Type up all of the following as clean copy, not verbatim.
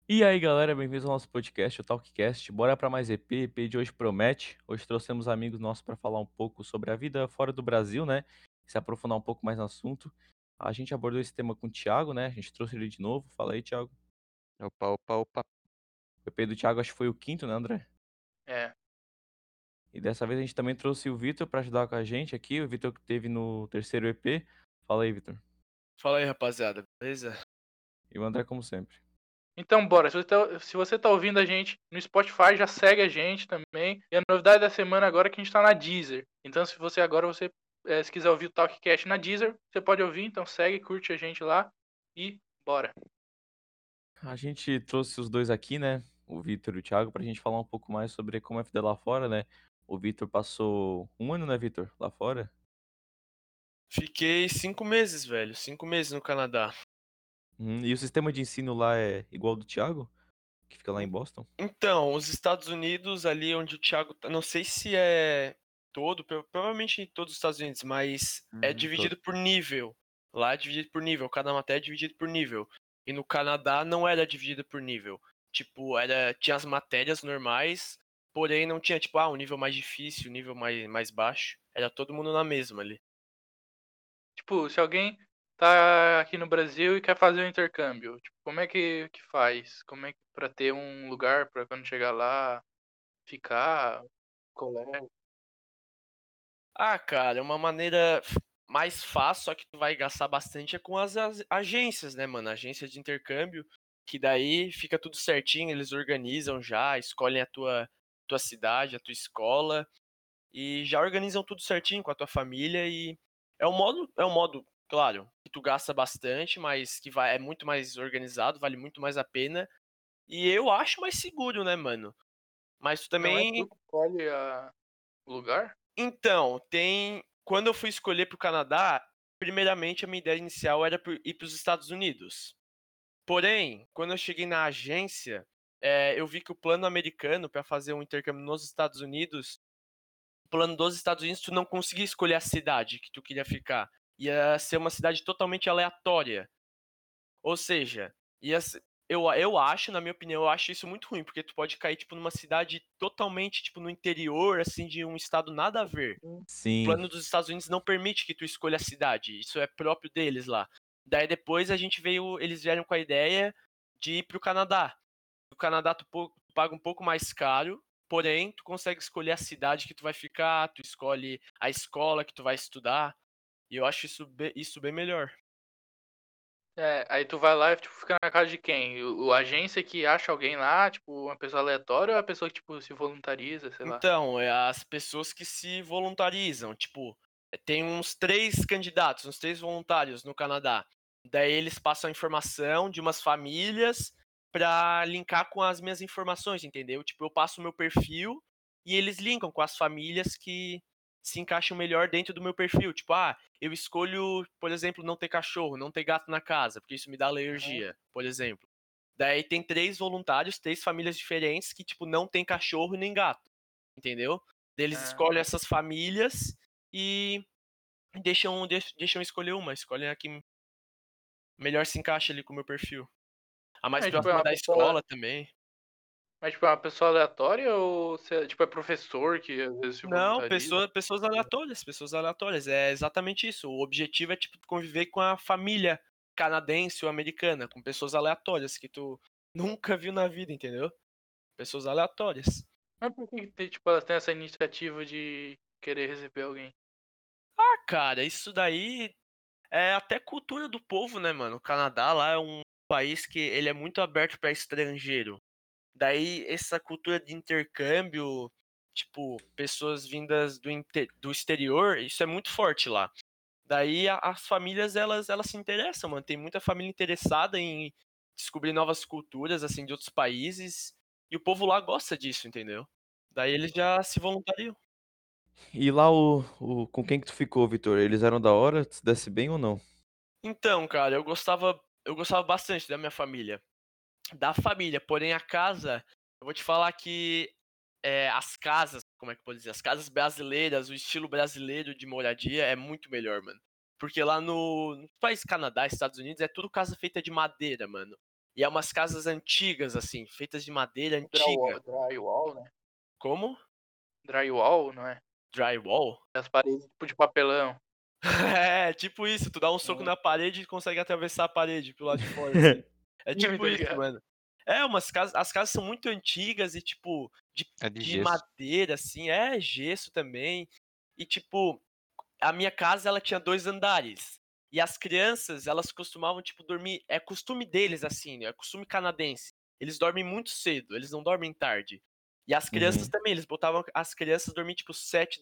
E aí, galera, bem-vindos ao nosso podcast, o Talkcast. Bora para mais EP. EP de hoje promete. Hoje trouxemos amigos nossos para falar um pouco sobre a vida fora do Brasil, né? Se aprofundar um pouco mais no assunto. A gente abordou esse tema com o Thiago, né? A gente trouxe ele de novo. Fala aí, Thiago. Opa, opa, opa. O EP do Thiago acho que foi o quinto, né, André? É, E dessa vez a gente também trouxe o Vitor para ajudar com a gente aqui. O Vitor que teve no terceiro EP. Fala aí, Vitor. fala aí, rapaziada, beleza? E o André, como sempre. Então, bora. Se você tá ouvindo a gente no Spotify, já segue a gente também. E a novidade da semana agora é que a gente tá na Deezer. Então, se quiser ouvir o Talkcast na Deezer, você pode ouvir. Então, segue, curte a gente lá e bora. A gente trouxe os dois aqui, né? O Vitor e o Thiago, pra gente falar um pouco mais sobre como é a vida lá fora, né? O Vitor passou um ano, né, Vitor? Lá fora. Fiquei 5 meses, velho. 5 meses no Canadá. E o sistema de ensino lá é igual ao do Thiago, que fica lá em En- Boston? Então, os Estados Unidos, ali onde o Thiago tá, não sei se é todo, provavelmente em todos os Estados Unidos, mas é Todo. dividido por nível. Lá é dividido por nível, cada matéria é dividido por nível. E no Canadá não era dividido por nível. Tipo, tinha as matérias normais, porém não tinha, tipo, um nível mais difícil, um nível mais baixo. Era todo mundo na mesma ali. Tipo, se alguém tá aqui no Brasil e quer fazer um intercâmbio, tipo, como é que faz? Como é que pra ter um lugar pra quando chegar lá ficar, colégio? Cara, uma maneira mais fácil, só que tu vai gastar bastante é com as agências, né, mano? Agência de intercâmbio, que daí fica tudo certinho, eles organizam já, escolhem a tua cidade, a tua escola, e já organizam tudo certinho com a tua família e é um modo, claro, que tu gasta bastante, mas que é muito mais organizado, vale muito mais a pena, e eu acho mais seguro, né, mano? Mas tu Não é tu também. que escolhe o lugar? Então, quando eu fui escolher para o Canadá, primeiramente a minha ideia inicial era ir para os Estados Unidos. Porém, quando eu cheguei na agência, eu vi que o plano americano para fazer um intercâmbio nos Estados Unidos, o plano dos Estados Unidos, tu não conseguia escolher a cidade que tu queria ficar. Ia ser uma cidade totalmente aleatória. Ou seja, eu acho, na minha opinião, eu acho isso muito ruim, porque tu pode cair, tipo, numa cidade totalmente, tipo, no interior, assim, de um estado nada a ver. O Sim. plano dos Estados Unidos não permite que tu escolha a cidade, isso é próprio deles lá. Daí depois eles vieram com a ideia de ir pro Canadá. No Canadá tu paga um pouco mais caro, porém tu consegue escolher a cidade que tu vai ficar, tu escolhe a escola que tu vai estudar, e eu acho isso bem melhor. É, aí tu vai lá e tipo, fica na casa de quem? O agência que acha alguém lá, tipo, uma pessoa aleatória ou a pessoa que tipo, se voluntariza, sei lá? Então, é as pessoas que se voluntarizam, tipo, tem uns 3 candidatos, uns 3 voluntários no Canadá. Daí eles passam a informação de umas famílias pra linkar com as minhas informações, entendeu? Tipo, eu passo o meu perfil e eles linkam com as famílias que se encaixam melhor dentro do meu perfil. Tipo, eu escolho, por exemplo, não ter cachorro, não ter gato na casa, porque isso me dá Uhum. alergia, por exemplo. Daí tem 3 voluntários, 3 famílias diferentes que, tipo, não tem cachorro e nem gato. Entendeu? Eles Ah, escolhem essas famílias e deixam escolher uma, escolhem a que melhor se encaixa ali com o meu perfil. A mais mas tipo, é próxima uma da pessoa, escola também. mas, tipo, é uma pessoa aleatória ou tipo, é professor que às vezes se Não, voluntariza? pessoas aleatórias, pessoas aleatórias. É exatamente isso. O objetivo é tipo conviver com a família canadense ou americana, com pessoas aleatórias que tu nunca viu na vida, entendeu? Pessoas aleatórias. Mas por que tipo, elas têm essa iniciativa de querer receber alguém? Cara, isso daí é até cultura do povo, né, mano? O Canadá lá é um país que ele é muito aberto para estrangeiro. Daí essa cultura de intercâmbio, tipo, pessoas vindas do exterior, isso é muito forte lá. Daí as famílias elas se interessam, mano. Tem muita família interessada em descobrir novas culturas assim de outros países e o povo lá gosta disso, entendeu? Daí eles já se voluntariam. E lá com quem que tu ficou, Vitor? Eles eram da hora? Se desse bem ou não? Então, cara, eu gostava bastante da minha família. Da família, porém a casa, eu vou te falar que as casas, como é que eu posso dizer? As casas brasileiras, o estilo brasileiro de moradia é muito melhor, mano. Porque lá no país Canadá, Estados Unidos, é tudo casa feita de madeira, mano. E é umas casas antigas, assim, feitas de madeira antiga. Drywall, né? Como? Drywall, não é? Drywall? As paredes tipo de papelão. É, tipo isso, tu dá um soco É. na parede e consegue atravessar a parede pro lado de fora, assim. É tipo Tá isso, ligado? mano. É, umas casas. As casas são muito antigas e, tipo, É de de gesso. madeira, assim, é gesso também. E, tipo, a minha casa, ela tinha 2 andares. E as crianças, elas costumavam, tipo, dormir. É costume deles, assim, né? É costume canadense. Eles dormem muito cedo, eles não dormem tarde. E as crianças Uhum. também, eles botavam as crianças dormir, tipo,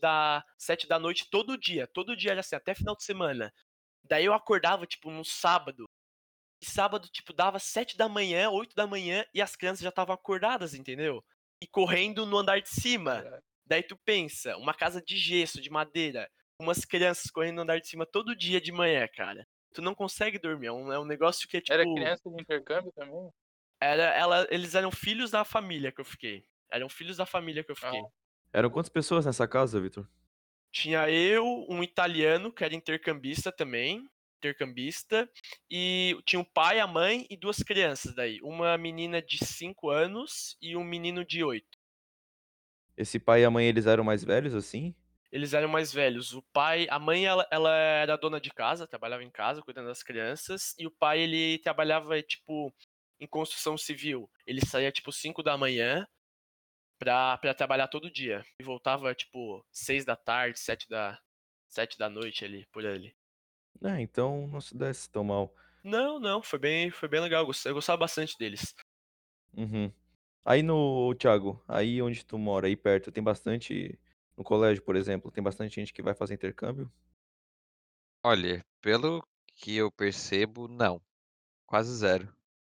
7 da noite todo dia. Todo dia era assim, até final de semana. Daí eu acordava, tipo, no sábado. E sábado, tipo, dava 7 da manhã, 8 da manhã, e as crianças já estavam acordadas, entendeu? E correndo no andar de cima. Caralho. Daí tu pensa, uma casa de gesso, de madeira, umas crianças correndo no andar de cima todo dia de manhã, cara. Tu não consegue dormir, é um negócio que é Era tipo. criança de intercâmbio também? Eles eram filhos da família que eu fiquei. Eram filhos da família que eu Ah, fiquei. Eram quantas pessoas nessa casa, Vitor? Tinha eu, um italiano, que era intercambista também, intercambista, e tinha o pai, a mãe e 2 crianças daí. Uma menina de 5 anos e um menino de 8. Esse pai e a mãe, eles eram mais velhos, assim? Eles eram mais velhos. O pai, a mãe, ela era dona de casa, trabalhava em casa, cuidando das crianças, e o pai, ele trabalhava, tipo, em construção civil. Ele saía, tipo, 5 da manhã pra trabalhar todo dia. E voltava, tipo, 6 da tarde, 7 da noite ali, por ali. Então não se desse tão mal. Não, não, foi bem legal. Eu gostava bastante deles. Uhum. Aí no, Thiago, aí onde tu mora, aí perto, tem bastante, no colégio, por exemplo, tem bastante gente que vai fazer intercâmbio? Olha, pelo que eu percebo, não. Quase zero.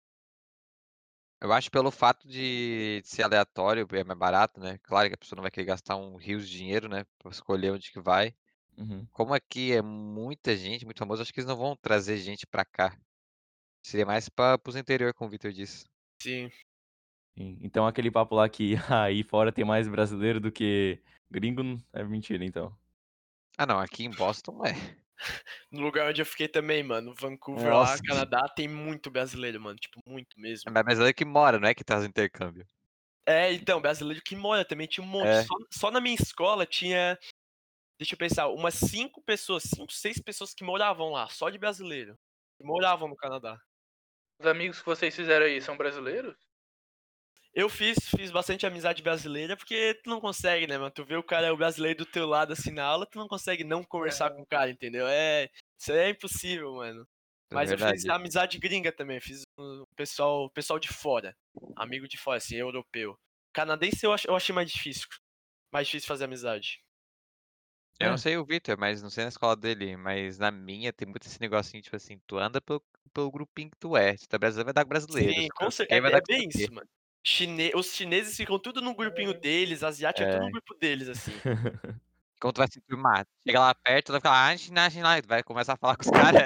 Eu acho pelo fato de ser aleatório, é mais barato, né? Claro que a pessoa não vai querer gastar um rios de dinheiro, né? Pra escolher onde que vai. Uhum. Como aqui é muita gente, muito famoso, acho que eles não vão trazer gente pra cá. Seria mais para os interior, como o Vitor disse. Sim. Sim. Então aquele papo lá que aí fora tem mais brasileiro do que gringo, é mentira, então. Ah, não, aqui em Boston é. No lugar onde eu fiquei também, mano, Vancouver lá, Nossa, Canadá, tem muito brasileiro, mano. Tipo, muito é mesmo. mais brasileiro que mora, não é que traz intercâmbio. É, então, brasileiro que mora também tinha um monte. É. Só na minha escola tinha, deixa eu pensar, umas 5 pessoas, 5, 6 pessoas que moravam lá, só de brasileiro. Que moravam no Canadá. os amigos que vocês fizeram aí são brasileiros? Eu fiz bastante amizade brasileira, porque tu não consegue, né, mano? Tu vê o cara, o brasileiro do teu lado assim na aula, tu não consegue não conversar com o cara, entendeu? Isso aí é impossível, mano. É Mas eu fiz verdade. amizade gringa também, fiz um pessoal de fora, amigo de fora, assim, europeu. Canadense eu achei mais difícil fazer amizade. Eu não É. sei o Vitor, mas não sei na escola dele, mas na minha tem muito esse negocinho, tipo assim, tu anda pelo grupinho que tu é. Se tu é brasileiro, vai dar com brasileiro. Sim, Se tu é quem vai é dar com bem quem. isso, mano. Os chineses ficam tudo no grupinho deles, asiático é tudo no É. grupo deles, assim. Quando tu vai se firmar, chega lá perto, tu vai falar, lá, tu vai começar a falar com os caras.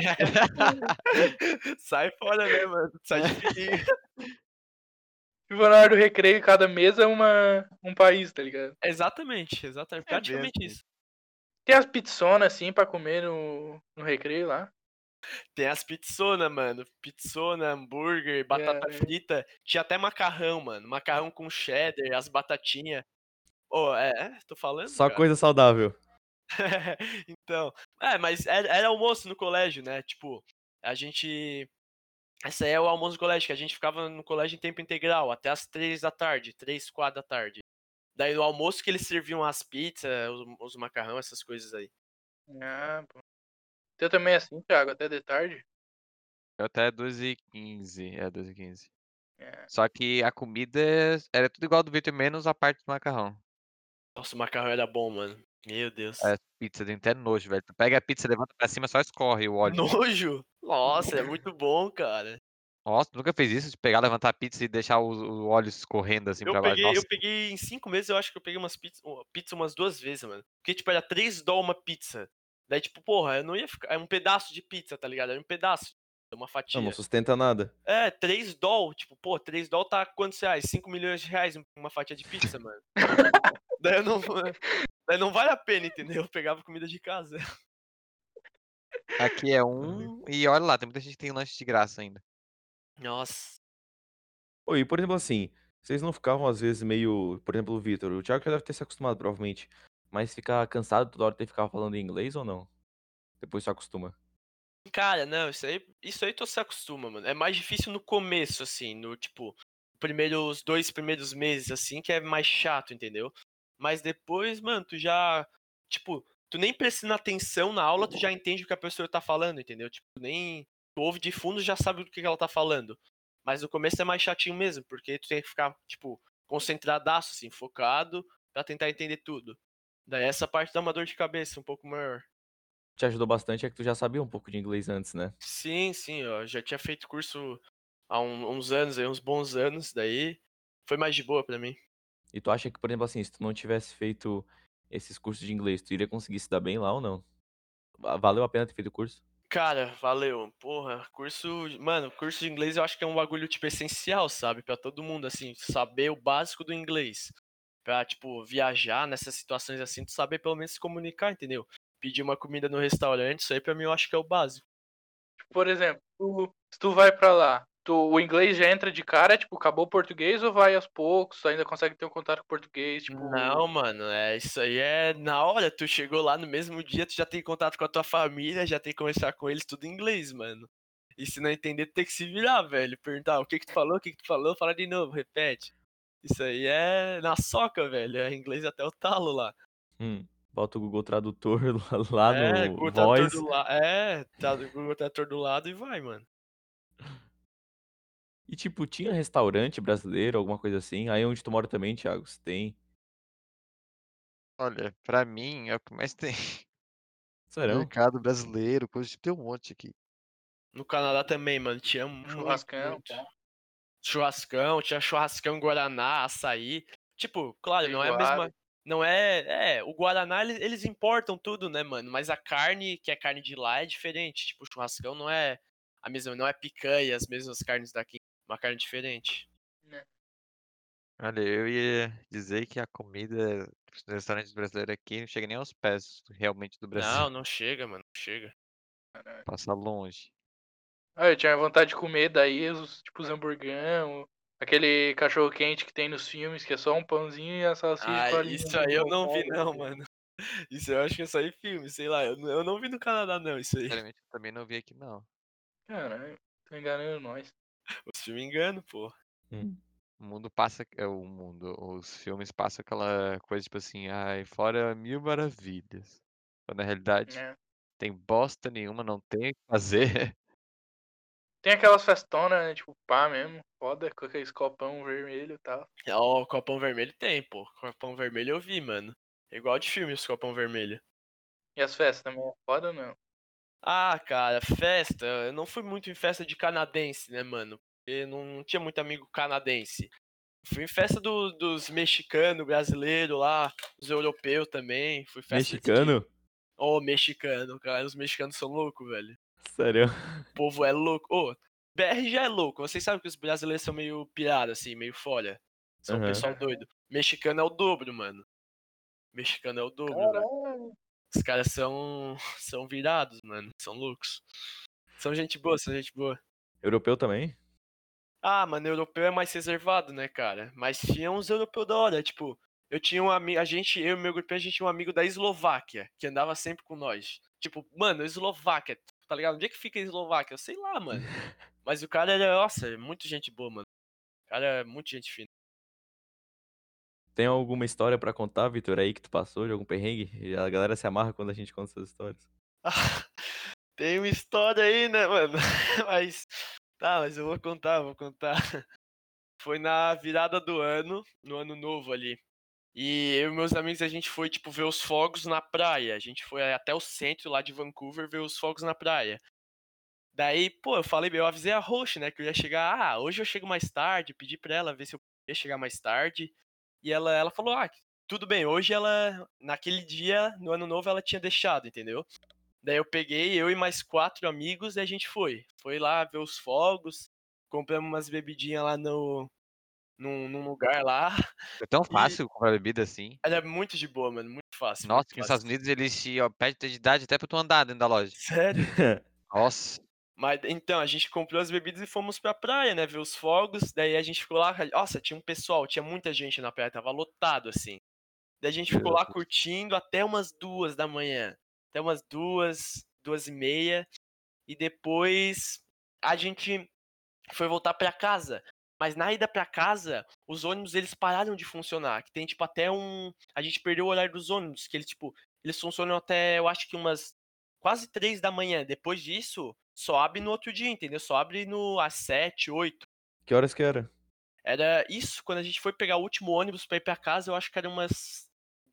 Sai fora, né, mano? Sai de fininho. Tipo, na hora do recreio, cada mesa é um país, tá ligado? Exatamente, É bem praticamente assim. isso. Tem as pizzonas assim pra comer no recreio lá. Tem as pizzona, mano. Pizzona, hambúrguer, batata É, frita. Tinha até macarrão, mano. Macarrão com cheddar, as batatinhas. Ô, tô falando, Só cara. coisa saudável. Então, mas era almoço no colégio, né? Tipo, a gente. Esse aí é o almoço do colégio, que a gente ficava no colégio em tempo integral, até as 3 da tarde, 3, 4 da tarde. Daí no almoço que eles serviam as pizzas, os macarrão, essas coisas aí. pô. Teu também é assim, Thiago, até de tarde? Eu até 2h15, 2h15. É. Só que a comida era tudo igual do Vitor, menos a parte do macarrão. Nossa, o macarrão era bom, mano. Meu Deus. É, pizza tem até nojo, velho. Tu pega a pizza, levanta pra cima, só escorre o óleo. Nojo? Nossa, é muito bom, cara. Nossa, tu nunca fez isso? De pegar, levantar a pizza e deixar o óleo escorrendo assim Eu pra baixo? peguei, eu Nossa, peguei em 5 meses, eu acho que eu peguei pizza umas 2 vezes, mano. Porque, tipo, era $3 uma pizza. Daí, tipo, porra, eu não ia ficar. É um pedaço de pizza, tá ligado? Era um pedaço. Uma Não fatia. sustenta nada. $3. Tipo, pô, $3 tá quantos reais? R$ 5 milhões uma fatia de pizza, mano. Daí, eu não, daí não vale a pena, entendeu? Eu pegava comida de casa. aqui é um e olha lá, tem muita gente que tem lanche de graça ainda. Nossa. Pô, e por exemplo assim, vocês não ficavam às vezes meio, por exemplo, o Vitor, o Thiago já deve ter se acostumado provavelmente, mas ficar cansado toda hora de ter que ficar falando em inglês ou não? Depois se acostuma. Cara, não, isso aí tu se acostuma, mano. É mais difícil no começo, assim, no tipo, os 2 primeiros meses, assim, que é mais chato, entendeu? Mas depois, mano, tu já, tipo, tu nem prestando atenção na aula, tu já entende o que a professora tá falando, entendeu? Tipo, nem, tu ouve de fundo já sabe o que que ela tá falando. Mas no começo é mais chatinho mesmo, porque tu tem que ficar, tipo, concentradaço, assim, focado, pra tentar entender tudo. Daí essa parte dá uma dor de cabeça um pouco maior. Te ajudou bastante é que tu já sabia um pouco de inglês antes, né? Sim, sim, eu já tinha feito curso há uns anos, aí, uns bons anos, daí foi mais de boa pra mim. E tu acha que, por exemplo assim, se tu não tivesse feito esses cursos de inglês, tu iria conseguir se dar bem lá ou não? Valeu a pena ter feito o curso? Cara, valeu. Porra, mano, curso de inglês eu acho que é um bagulho, tipo, essencial, sabe? Pra todo mundo, assim, saber o básico do inglês. Pra, tipo, viajar nessas situações assim, tu saber pelo menos se comunicar, entendeu? Pedir uma comida no restaurante, isso aí pra mim eu acho que é o básico. Por exemplo, se tu vai pra lá, o inglês já entra de cara, tipo, acabou o português ou vai aos poucos, tu ainda consegue ter um contato com o português, tipo... Não, mano, isso aí é na hora, tu chegou lá no mesmo dia, tu já tem contato com a tua família, já tem que conversar com eles tudo em inglês, mano. E se não entender, tu tem que se virar, velho. Perguntar o que que tu falou, o que que tu falou, fala de novo, repete. Isso aí é na soca, velho. É inglês até o talo lá. Bota o Google Tradutor lá É, no Google Tradutor Voice. do lado. É, tá do Google Tradutor do lado e vai, mano. E tipo, tinha restaurante brasileiro, alguma coisa assim? Aí onde tu mora também, Thiago, se tem? Olha, pra mim é o que mais tem. Serão? Mercado brasileiro, coisa tipo, tem um monte aqui. No Canadá também, mano, tinha Um muito, churrascão, muito. Churrascão, tinha churrascão Guaraná, açaí. Tipo, claro, não é a feijoada. mesma. Não é. O Guaraná eles importam tudo, né, mano? Mas a carne, que é carne de lá, é diferente. Tipo, o churrascão não é a mesma, não é picanha, as mesmas carnes daqui. Uma carne diferente. Né? Olha, eu ia dizer que a comida dos restaurantes brasileiros aqui não chega nem aos pés realmente do Brasil. Não, não chega, mano, não chega. Passa longe. Ah, eu tinha vontade de comer daí, tipo, os hamburgão, aquele cachorro quente que tem nos filmes, que é só um pãozinho e a salsicha Ah, com a língua isso aí eu não vi, enrolada, não, assim. mano. Isso eu acho que é só em filme, sei lá. Eu não vi no Canadá, não, isso aí. Sinceramente, eu também não vi aqui, não. Caralho, tô enganando nós. Se eu me engano, pô. Hum. O mundo passa, o mundo, os filmes passam aquela coisa tipo assim, ai, fora mil maravilhas. Quando na realidade Né? tem bosta nenhuma, não tem o que fazer. Tem aquelas festonas, né? Tipo, pá mesmo, foda, com aqueles copão vermelho e tal. Ó, o Copão Vermelho tem, pô. Copão Vermelho eu vi, mano. É igual de filme os Copão Vermelho. E as festas também é foda ou não? Ah, cara, festa. Eu não fui muito em festa de canadense, né, mano? Porque não tinha muito amigo canadense. Fui em festa dos mexicanos, brasileiro lá, os europeus também. Fui festa de. Mexicano? Ô, mexicano, cara. Os mexicanos são loucos, velho. Sério? O povo é louco. Ô, BR já é louco. Vocês sabem que os brasileiros são meio pirados, assim, meio fora. São um Aham. pessoal doido. Mexicano é o dobro, mano. Mexicano é o dobro, velho. Caralho. Os caras são virados, mano. São loucos. São gente boa, são gente boa. Europeu também? Ah, mano, europeu é mais reservado, né, cara? Mas tinha uns europeus da hora, tipo, eu tinha um amigo, eu e meu grupo, a gente tinha um amigo da Eslováquia, que andava sempre com nós. Tipo, mano, Eslováquia, tá ligado? Onde é que fica a Eslováquia? Eu sei lá, mano. Mas o cara era, nossa, é muito gente boa, mano. O cara é muito gente fina. Tem alguma história pra contar, Vitor, aí que tu passou de algum perrengue? E a galera se amarra quando a gente conta essas histórias. Tem uma história aí, né, mano? Mas, tá, mas eu vou contar, vou contar. Foi na virada do ano, no ano novo ali. E eu e meus amigos, a gente foi, tipo, ver os fogos na praia. A gente foi até o centro lá de Vancouver ver os fogos na praia. Daí, pô, eu avisei a Roche, né, que eu ia chegar, hoje eu chego mais tarde, pedi pra ela ver se eu ia chegar mais tarde. E ela falou, tudo bem, hoje ela, naquele dia, no ano novo, ela tinha deixado, entendeu? Daí eu peguei, eu e mais 4 amigos, e a gente foi. Foi lá ver os fogos, compramos umas bebidinhas lá num lugar lá. É tão E fácil comprar bebida assim. era muito de boa, mano, muito fácil, muito Nossa, que nos fácil. Estados Unidos eles te ó, pedem tua idade até pra tu andar dentro da loja. Sério? Nossa. Mas então, a gente comprou as bebidas e fomos pra praia, né? Ver os fogos. Daí a gente ficou lá. Nossa, tinha um pessoal, tinha muita gente na praia, tava lotado assim. Daí a gente ficou Meu lá Deus. curtindo até umas 2 da manhã. Até umas 2, 2h30. E depois a gente foi voltar pra casa. Mas na ida pra casa, os ônibus eles pararam de funcionar. Que tem tipo até um. A gente perdeu o horário dos ônibus, que eles, tipo, eles funcionam até, eu acho que umas quase 3 da manhã. Depois disso, só abre no outro dia, entendeu? Só abre no às 7, 8. Que horas que era? Era isso, quando a gente foi pegar o último ônibus pra ir pra casa, eu acho que era umas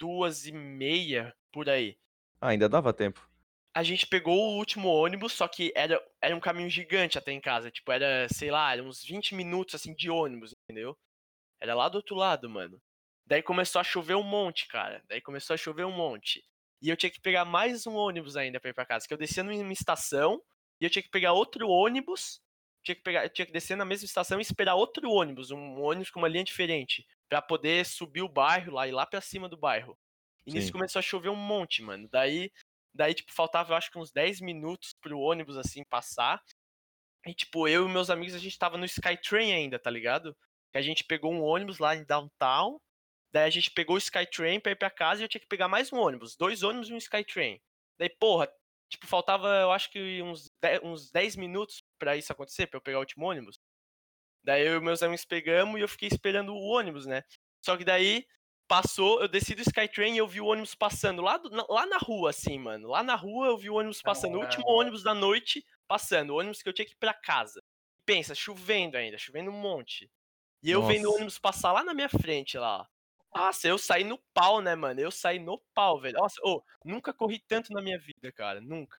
2h30 por aí. Ah, ainda dava tempo. A gente pegou o último ônibus, só que era um caminho gigante até em casa. Tipo, era, sei lá, era uns 20 minutos assim de ônibus, entendeu? Era lá do outro lado, mano. Daí começou a chover um monte, cara. Daí começou a chover um monte. E eu tinha que pegar mais um ônibus ainda pra ir pra casa. Que eu descia numa estação e eu tinha que pegar outro ônibus. Eu tinha que descer na mesma estação e esperar outro ônibus, um ônibus com uma linha diferente, pra poder subir o bairro lá e lá pra cima do bairro. E nisso Sim. começou a chover um monte, mano. Daí tipo, faltava eu acho que uns 10 minutos pro ônibus assim passar. E tipo, eu e meus amigos a gente tava no Skytrain ainda, tá ligado? Que a gente pegou um ônibus lá em downtown. Daí a gente pegou o Skytrain pra ir pra casa e eu tinha que pegar mais um ônibus. 2 ônibus e um Skytrain. Daí, porra, tipo, faltava eu acho que uns 10 minutos pra isso acontecer, pra eu pegar o último ônibus. Daí eu e meus amigos pegamos e eu fiquei esperando o ônibus, né? Só que daí passou, eu desci do Skytrain e eu vi o ônibus passando lá na rua, assim, mano. Lá na rua eu vi o ônibus passando, o último ônibus da noite passando, o ônibus que eu tinha que ir pra casa. Pensa, chovendo ainda, chovendo um monte. E eu vendo o Nossa. ônibus passar lá na minha frente, lá. Nossa, eu saí no pau, né, mano? Eu saí no pau, velho. Nossa, nunca corri tanto na minha vida, cara. Nunca.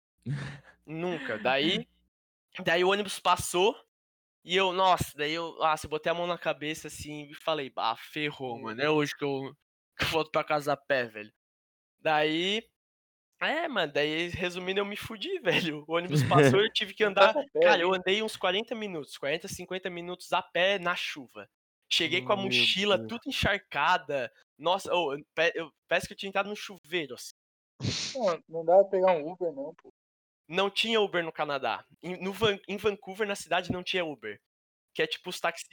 Nunca. Daí o ônibus passou e eu botei a mão na cabeça assim e falei, ferrou, mano. É hoje que eu volto pra casa a pé, velho. Daí, mano, daí resumindo, eu me fudi, velho. O ônibus passou e eu tive que andar. Cara, eu andei uns 40 minutos, 40, 50 minutos a pé na chuva. Cheguei com a Meu mochila Deus. tudo encharcada. Nossa, parece que eu tinha entrado no chuveiro, assim. Não dá pra pegar um Uber, não, pô. Não tinha Uber no Canadá. Em Vancouver, na cidade, não tinha Uber. Que é tipo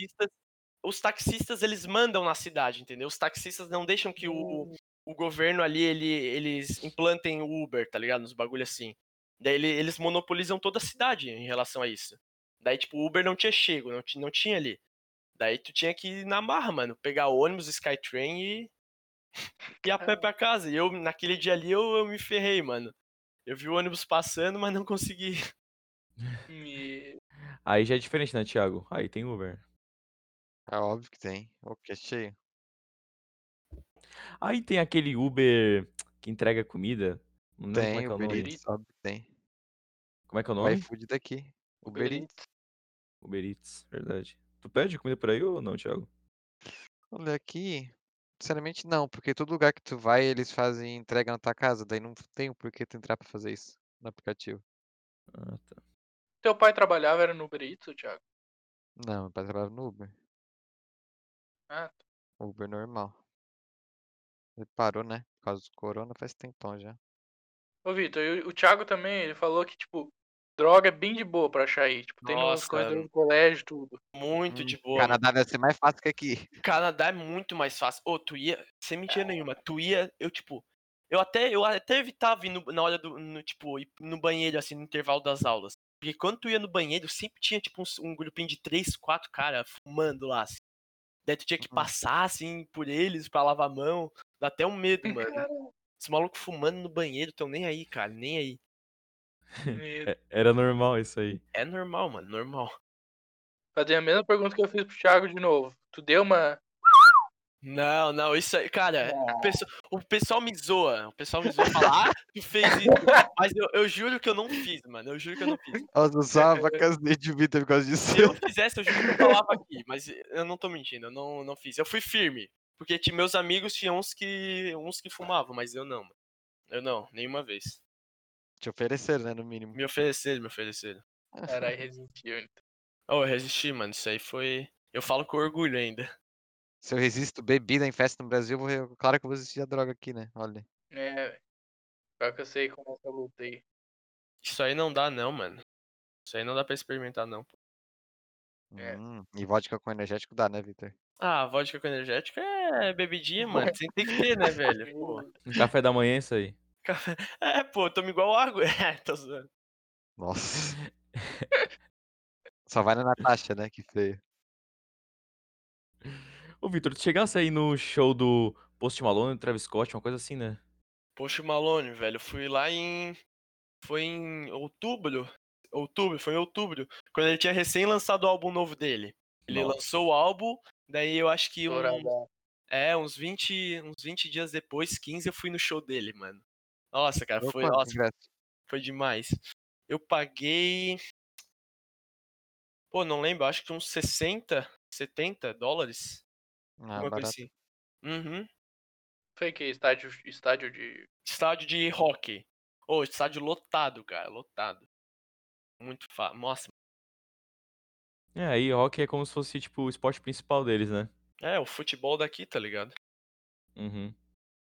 os taxistas eles mandam na cidade, entendeu? Os taxistas não deixam que o governo ali eles implantem o Uber, tá ligado? Nos bagulho assim. Daí eles monopolizam toda a cidade em relação a isso. Daí tipo o Uber não tinha chego, não tinha ali. Daí tu tinha que ir na marra, mano, pegar o ônibus Skytrain e ir a pé pra casa. E eu naquele dia ali eu me ferrei, mano. Eu vi o ônibus passando, mas não consegui. Aí já é diferente, né, Thiago? Aí tem Uber. É óbvio que tem. O que é cheio. Aí tem aquele Uber que entrega comida. Não lembro como é Tem, que é o Uber nome. Eats, óbvio que tem. Como é que é o O nome? iFood daqui. Uber Uber Eats. Eats. Uber Eats, verdade. Tu pede comida por aí ou não, Thiago? Olha aqui. Sinceramente não, porque todo lugar que tu vai, eles fazem entrega na tua casa, daí não tem o porquê tu entrar pra fazer isso no aplicativo. Ah, tá. Teu pai trabalhava, era no Uber Eats, ô, Thiago? Não, meu pai trabalha no Uber. Ah, tá. Uber normal. Ele parou, né? Por causa do corona faz tempão já. Ô, Vitor, e o Thiago também, ele falou que, tipo, droga é bem de boa pra achar aí. Tipo, tem nos Nossa, corredores do colégio, tudo. muito de boa, mano. Canadá deve ser mais fácil que aqui. Canadá é muito mais fácil. Tu ia, sem mentira nenhuma, eu até evitava ir na hora tipo, ir no banheiro, assim, no intervalo das aulas. Porque quando tu ia no banheiro, sempre tinha, tipo, um grupinho de 3, 4 caras fumando lá, assim. Daí tu tinha que passar, assim, por eles pra lavar a mão. Dá até um medo, mano. Os malucos fumando no banheiro tão nem aí, cara, nem aí. Era normal isso aí. É normal, mano, normal. Fazer a mesma pergunta que eu fiz pro Thiago de novo. Tu deu uma... Não, isso aí, cara, o pessoal me zoa. O pessoal me zoa e fala, tu fez isso. Mas eu juro que eu não fiz, mano. Eu juro que eu não fiz. Nossa, só uma vacasei de Vitor por causa disso. Se eu fizesse, eu juro que eu falava aqui. Mas eu não tô mentindo, eu não fiz. Eu fui firme. Porque meus amigos tinham uns que fumavam, mas eu não, mano. Eu não, nenhuma vez. Te ofereceram, né, no mínimo. Me ofereceram. Caralho, resistiu, então. Eu resisti, mano. Isso aí foi. Eu falo com orgulho ainda. Se eu resisto bebida em festa no Brasil, claro que eu vou resistir a droga aqui, né? Olha. É, velho. Pior que eu sei como essa luta aí. Isso aí não dá, não, mano. Isso aí não dá pra experimentar, não. É. E vodka com energético dá, né, Vitor? Ah, vodka com energético é bebidinha, mano. Tem que ter, né, velho? Pô. Um café da manhã é isso aí. É, pô, toma igual água. É, tô zoando. Nossa. Só vai na Natasha, né? Que feio. Ô, Vitor, tu chegasse aí no show do Post Malone, do Travis Scott, uma coisa assim, né? Poxa, Malone, velho. Fui lá em. Foi em outubro. Foi em outubro. Quando ele tinha recém lançado o álbum novo dele. Ele Nossa. lançou o álbum, daí eu acho que Estourada. uns 20 dias depois, 15, eu fui no show dele, mano. Nossa, cara, Deu foi, quanto de nossa, ingresso? foi demais. Eu paguei. Pô, não lembro, acho que uns 60, 70 dólares. Ah, Alguma coisa barato. assim. Uhum. Foi que estádio de. Estádio de hockey. Ô, estádio lotado, cara, lotado. Muito fácil. Nossa, É, aí rock é como se fosse, tipo, o esporte principal deles, né? é o futebol daqui, tá ligado? Uhum.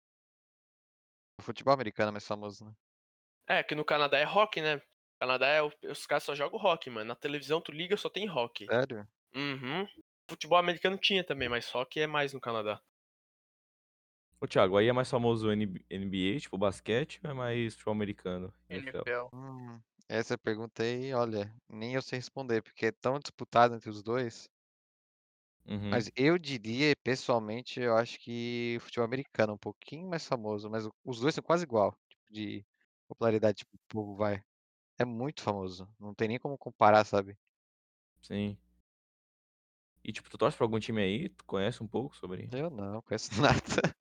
O futebol americano é mais famoso, né? É, que no Canadá é hockey, né? No Canadá os caras só jogam hockey, mano. Na televisão tu liga, só tem hockey. Sério? Uhum. Futebol americano tinha também, mas hockey é mais no Canadá. Ô, Thiago, aí é mais famoso o NBA, tipo, basquete, ou é mais futebol americano, NFL? NFL. Essa pergunta aí, olha, nem eu sei responder, porque é tão disputado entre os dois. Uhum. Mas eu diria, pessoalmente, eu acho que o futebol americano é um pouquinho mais famoso, mas os dois são quase igual, tipo, de popularidade, tipo, o povo vai. É muito famoso, não tem nem como comparar, sabe? Sim. E, tipo, tu torce pra algum time aí? Tu conhece um pouco sobre? Eu não conheço nada.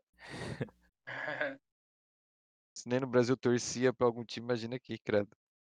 Se nem no Brasil torcia pra algum time, imagina aqui, credo.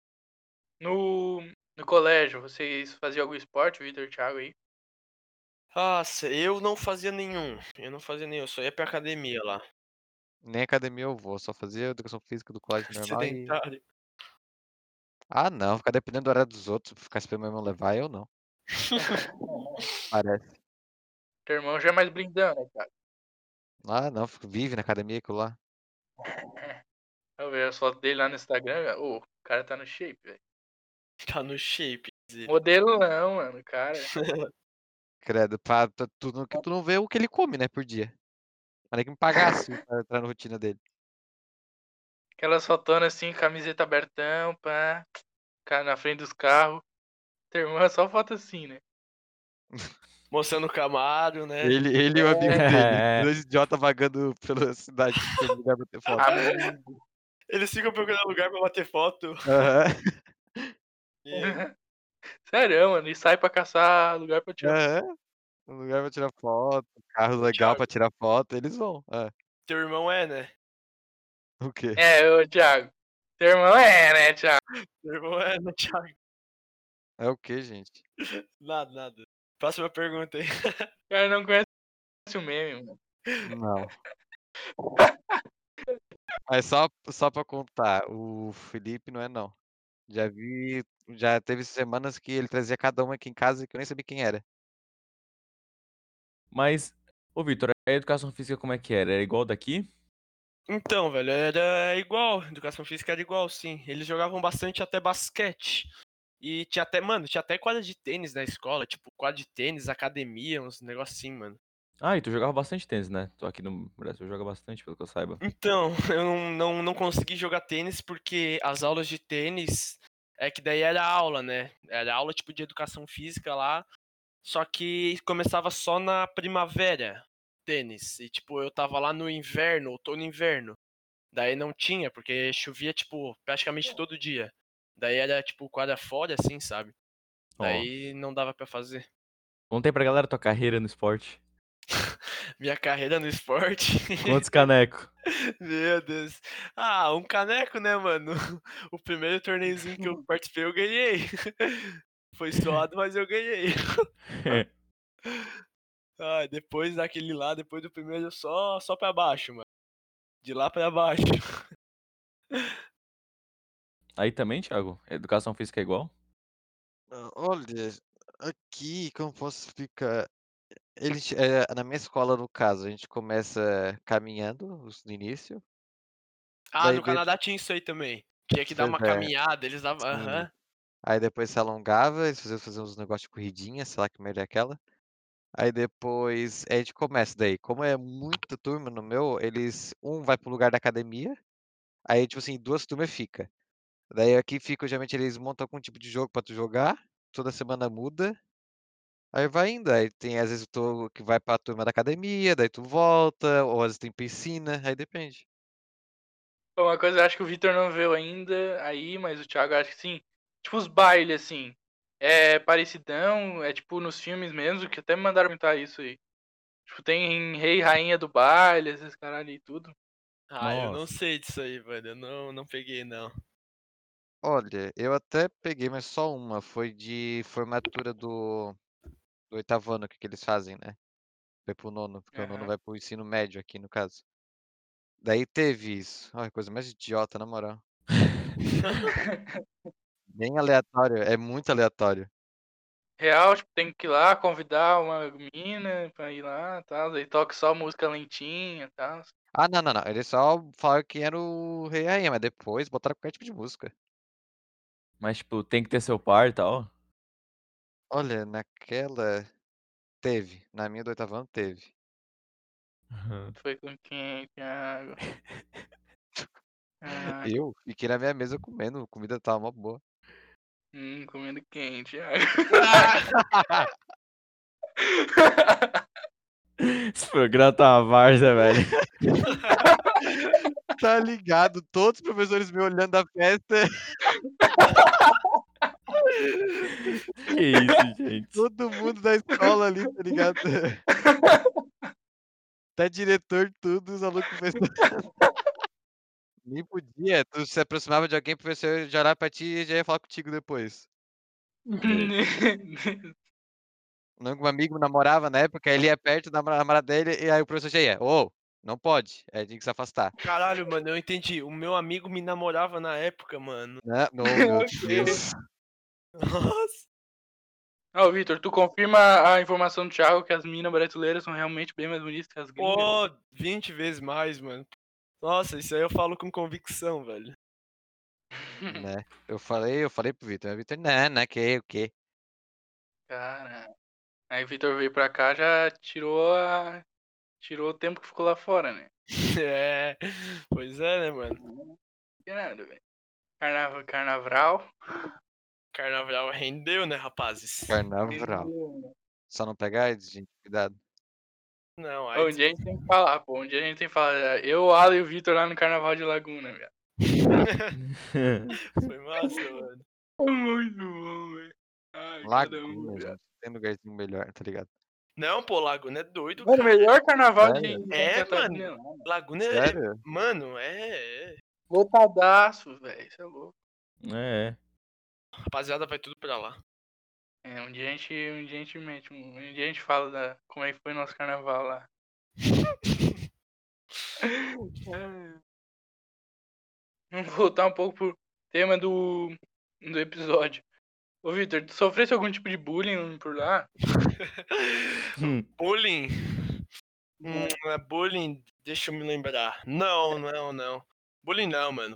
No colégio, vocês faziam algum esporte, Vitor, Thiago aí? Nossa, eu não fazia nenhum. Eu só ia pra academia lá. Nem academia eu vou, só fazia educação física do colégio normal e. Sedentário. Ah, não, ficar dependendo do horário dos outros, ficar esperando meu irmão levar, eu não. Parece. Teu irmão já é mais blindão, né, cara? Ah, não, vive na academia aquilo lá. Eu vejo as fotos dele lá no Instagram, ô, o cara tá no shape, velho. Tá no shape. Dizer. Modelo não, mano, cara. Credo, tu não vê o que ele come, né, por dia. Mas nem que me pagasse pra entrar na rotina dele. Aquelas fotonas assim, camiseta abertão, pá. Cara na frente dos carros. Teu irmão é só foto assim, né? Mostrando o Camaro, né? Ele e o amigo dele, É. dois idiotas vagando pela cidade procurando lugar pra ter foto. Amigo. Eles ficam procurando lugar pra bater foto. Aham, E Sério, mano. E sai pra caçar lugar pra tirar foto. aham. Um lugar pra tirar foto, carro o legal pra Thiago, tirar foto, eles vão. teu irmão é, né? O quê? É, ô, Thiago. Teu irmão é, né, Thiago? Teu irmão é, né, Thiago? É o quê, gente? Nada, nada. Próxima pergunta aí. O cara não conhece o meme, mano. Não. Mas só pra contar, o Felipe não é não. Já teve semanas que ele trazia cada uma aqui em casa que eu nem sabia quem era. Mas, ô, Vitor, a educação física como é que era? Era igual daqui? Então, velho, era igual. Educação física era igual, sim. Eles jogavam bastante até basquete. E tinha até quadra de tênis na escola. Tipo, quadra de tênis, academia, uns negócios assim, mano. Ah, e tu jogava bastante tênis, né? Tu aqui no Brasil joga bastante, pelo que eu saiba. Então, eu não consegui jogar tênis porque as aulas de tênis é que daí era aula, né? Era aula tipo de educação física lá, só que começava só na primavera, tênis. E tipo, eu tava lá no inverno, outono e inverno. Daí não tinha, porque chovia tipo praticamente todo dia. Daí era tipo quadra fora assim, sabe? Ó, Daí não dava pra fazer. conta aí pra galera tua carreira no esporte. Minha carreira no esporte. Quantos caneco? Meu Deus. Ah, um caneco, né, mano? O primeiro torneiozinho que eu participei, eu ganhei. Foi suado, mas eu ganhei. Ah, depois daquele lá, depois do primeiro, só pra baixo, mano. De lá pra baixo. Aí também, Thiago? Educação física é igual? Olha, aqui, como posso explicar? Na minha escola, no caso, a gente começa caminhando no início, Ah, daí no Canadá tinha isso aí também. Tinha que dar pois uma é, caminhada, eles davam. sim, Aham. Aí depois se alongava, eles faziam uns negócios de corridinha, sei lá que merda é aquela. Aí depois a gente começa daí. Como é muita turma no meu, um vai pro lugar da academia, aí tipo assim, 2 turmas fica. Daí aqui fica, geralmente eles montam algum tipo de jogo pra tu jogar, toda semana muda, aí vai indo. Aí tem às vezes tu que vai pra turma da academia, daí tu volta, ou às vezes tem piscina, aí depende. Uma coisa eu acho que o Vitor não viu ainda aí, mas o Thiago acho que sim. Tipo os bailes, assim. É parecidão, é tipo nos filmes mesmo, que até me mandaram comentar isso aí. Tipo, tem rei e rainha do baile, esses caralho e tudo. Ah, eu não Nossa. sei disso aí, velho. Eu não peguei, não. Olha, eu até peguei, mas só uma, foi de formatura do 8º ano que eles fazem, né? Foi pro nono, porque o nono Aham. vai pro ensino médio aqui no caso. Daí teve isso. Ai, coisa mais idiota, na moral. Bem aleatório, é muito aleatório. Real, tipo, tem que ir lá convidar uma mina pra ir lá e tal. Aí toca só música lentinha e tal. Ah, não, não, não. Eles só falaram que era o Rei e a Rainha, mas depois botaram qualquer tipo de música. Mas, tipo, tem que ter seu par e tal. Olha, naquela teve. Na minha do 8º ano teve. Foi com quem, Thiago? Ah, Eu fiquei na minha mesa comendo, a comida tava mó boa. comendo quem, Thiago? Esse programa tá uma várzea, velho. Tá ligado? Todos os professores me olhando da festa, Que isso, gente. todo mundo da escola ali, tá ligado? Até diretor, tudo, os alunos conversando. Nem podia, tu se aproximava de alguém, o professor já olhava pra ti e já ia falar contigo depois. Não, um amigo namorava na época, ele ia perto da namorada dele, e aí o professor já ia, ô, não pode, aí tinha que se afastar. Caralho, mano, eu entendi. O meu amigo me namorava na época, mano. Né? Não, meu Ok. Deus. Nossa. Ô, Vitor, tu confirma a informação do Thiago que as minas brasileiras são realmente bem mais bonitas que as gringas? Pô, 20 vezes mais, mano. Nossa, isso aí eu falo com convicção, velho. Né? Eu falei pro Vitor, o Vitor, não, que o quê? Cara, aí o Vitor veio pra cá, já tirou o tempo que ficou lá fora, né? É, pois é, né, mano? Não tem nada, velho. Carnaval. Carnaval rendeu, né, rapazes? Carnaval. Só não pegar AIDS, gente, cuidado. Não, Ô, aí. um dia a gente tem que falar, pô. Um dia a gente tem que falar. Eu, o Alan e o Vitor lá no Carnaval de Laguna, velho. Foi massa, mano. Muito bom, velho. Ai, cada um, Laguna, velho. gente, tem lugarzinho melhor, tá ligado? Não, pô, Laguna é doido, Mano, o cara. melhor carnaval de Sério? Santa É, Catarina é mano. lá, mano. Laguna é. Sério? Mano, é. Lotadaço, velho. Isso é louco. É. Rapaziada, vai tudo pra lá. É, um dia a gente mete, um dia a gente fala como é que foi nosso carnaval lá. É. Vamos voltar um pouco pro tema do episódio. Ô, Vitor, tu sofresse algum tipo de bullying por lá? Bullying. Bullying, deixa eu me lembrar. Não. Bullying não, mano.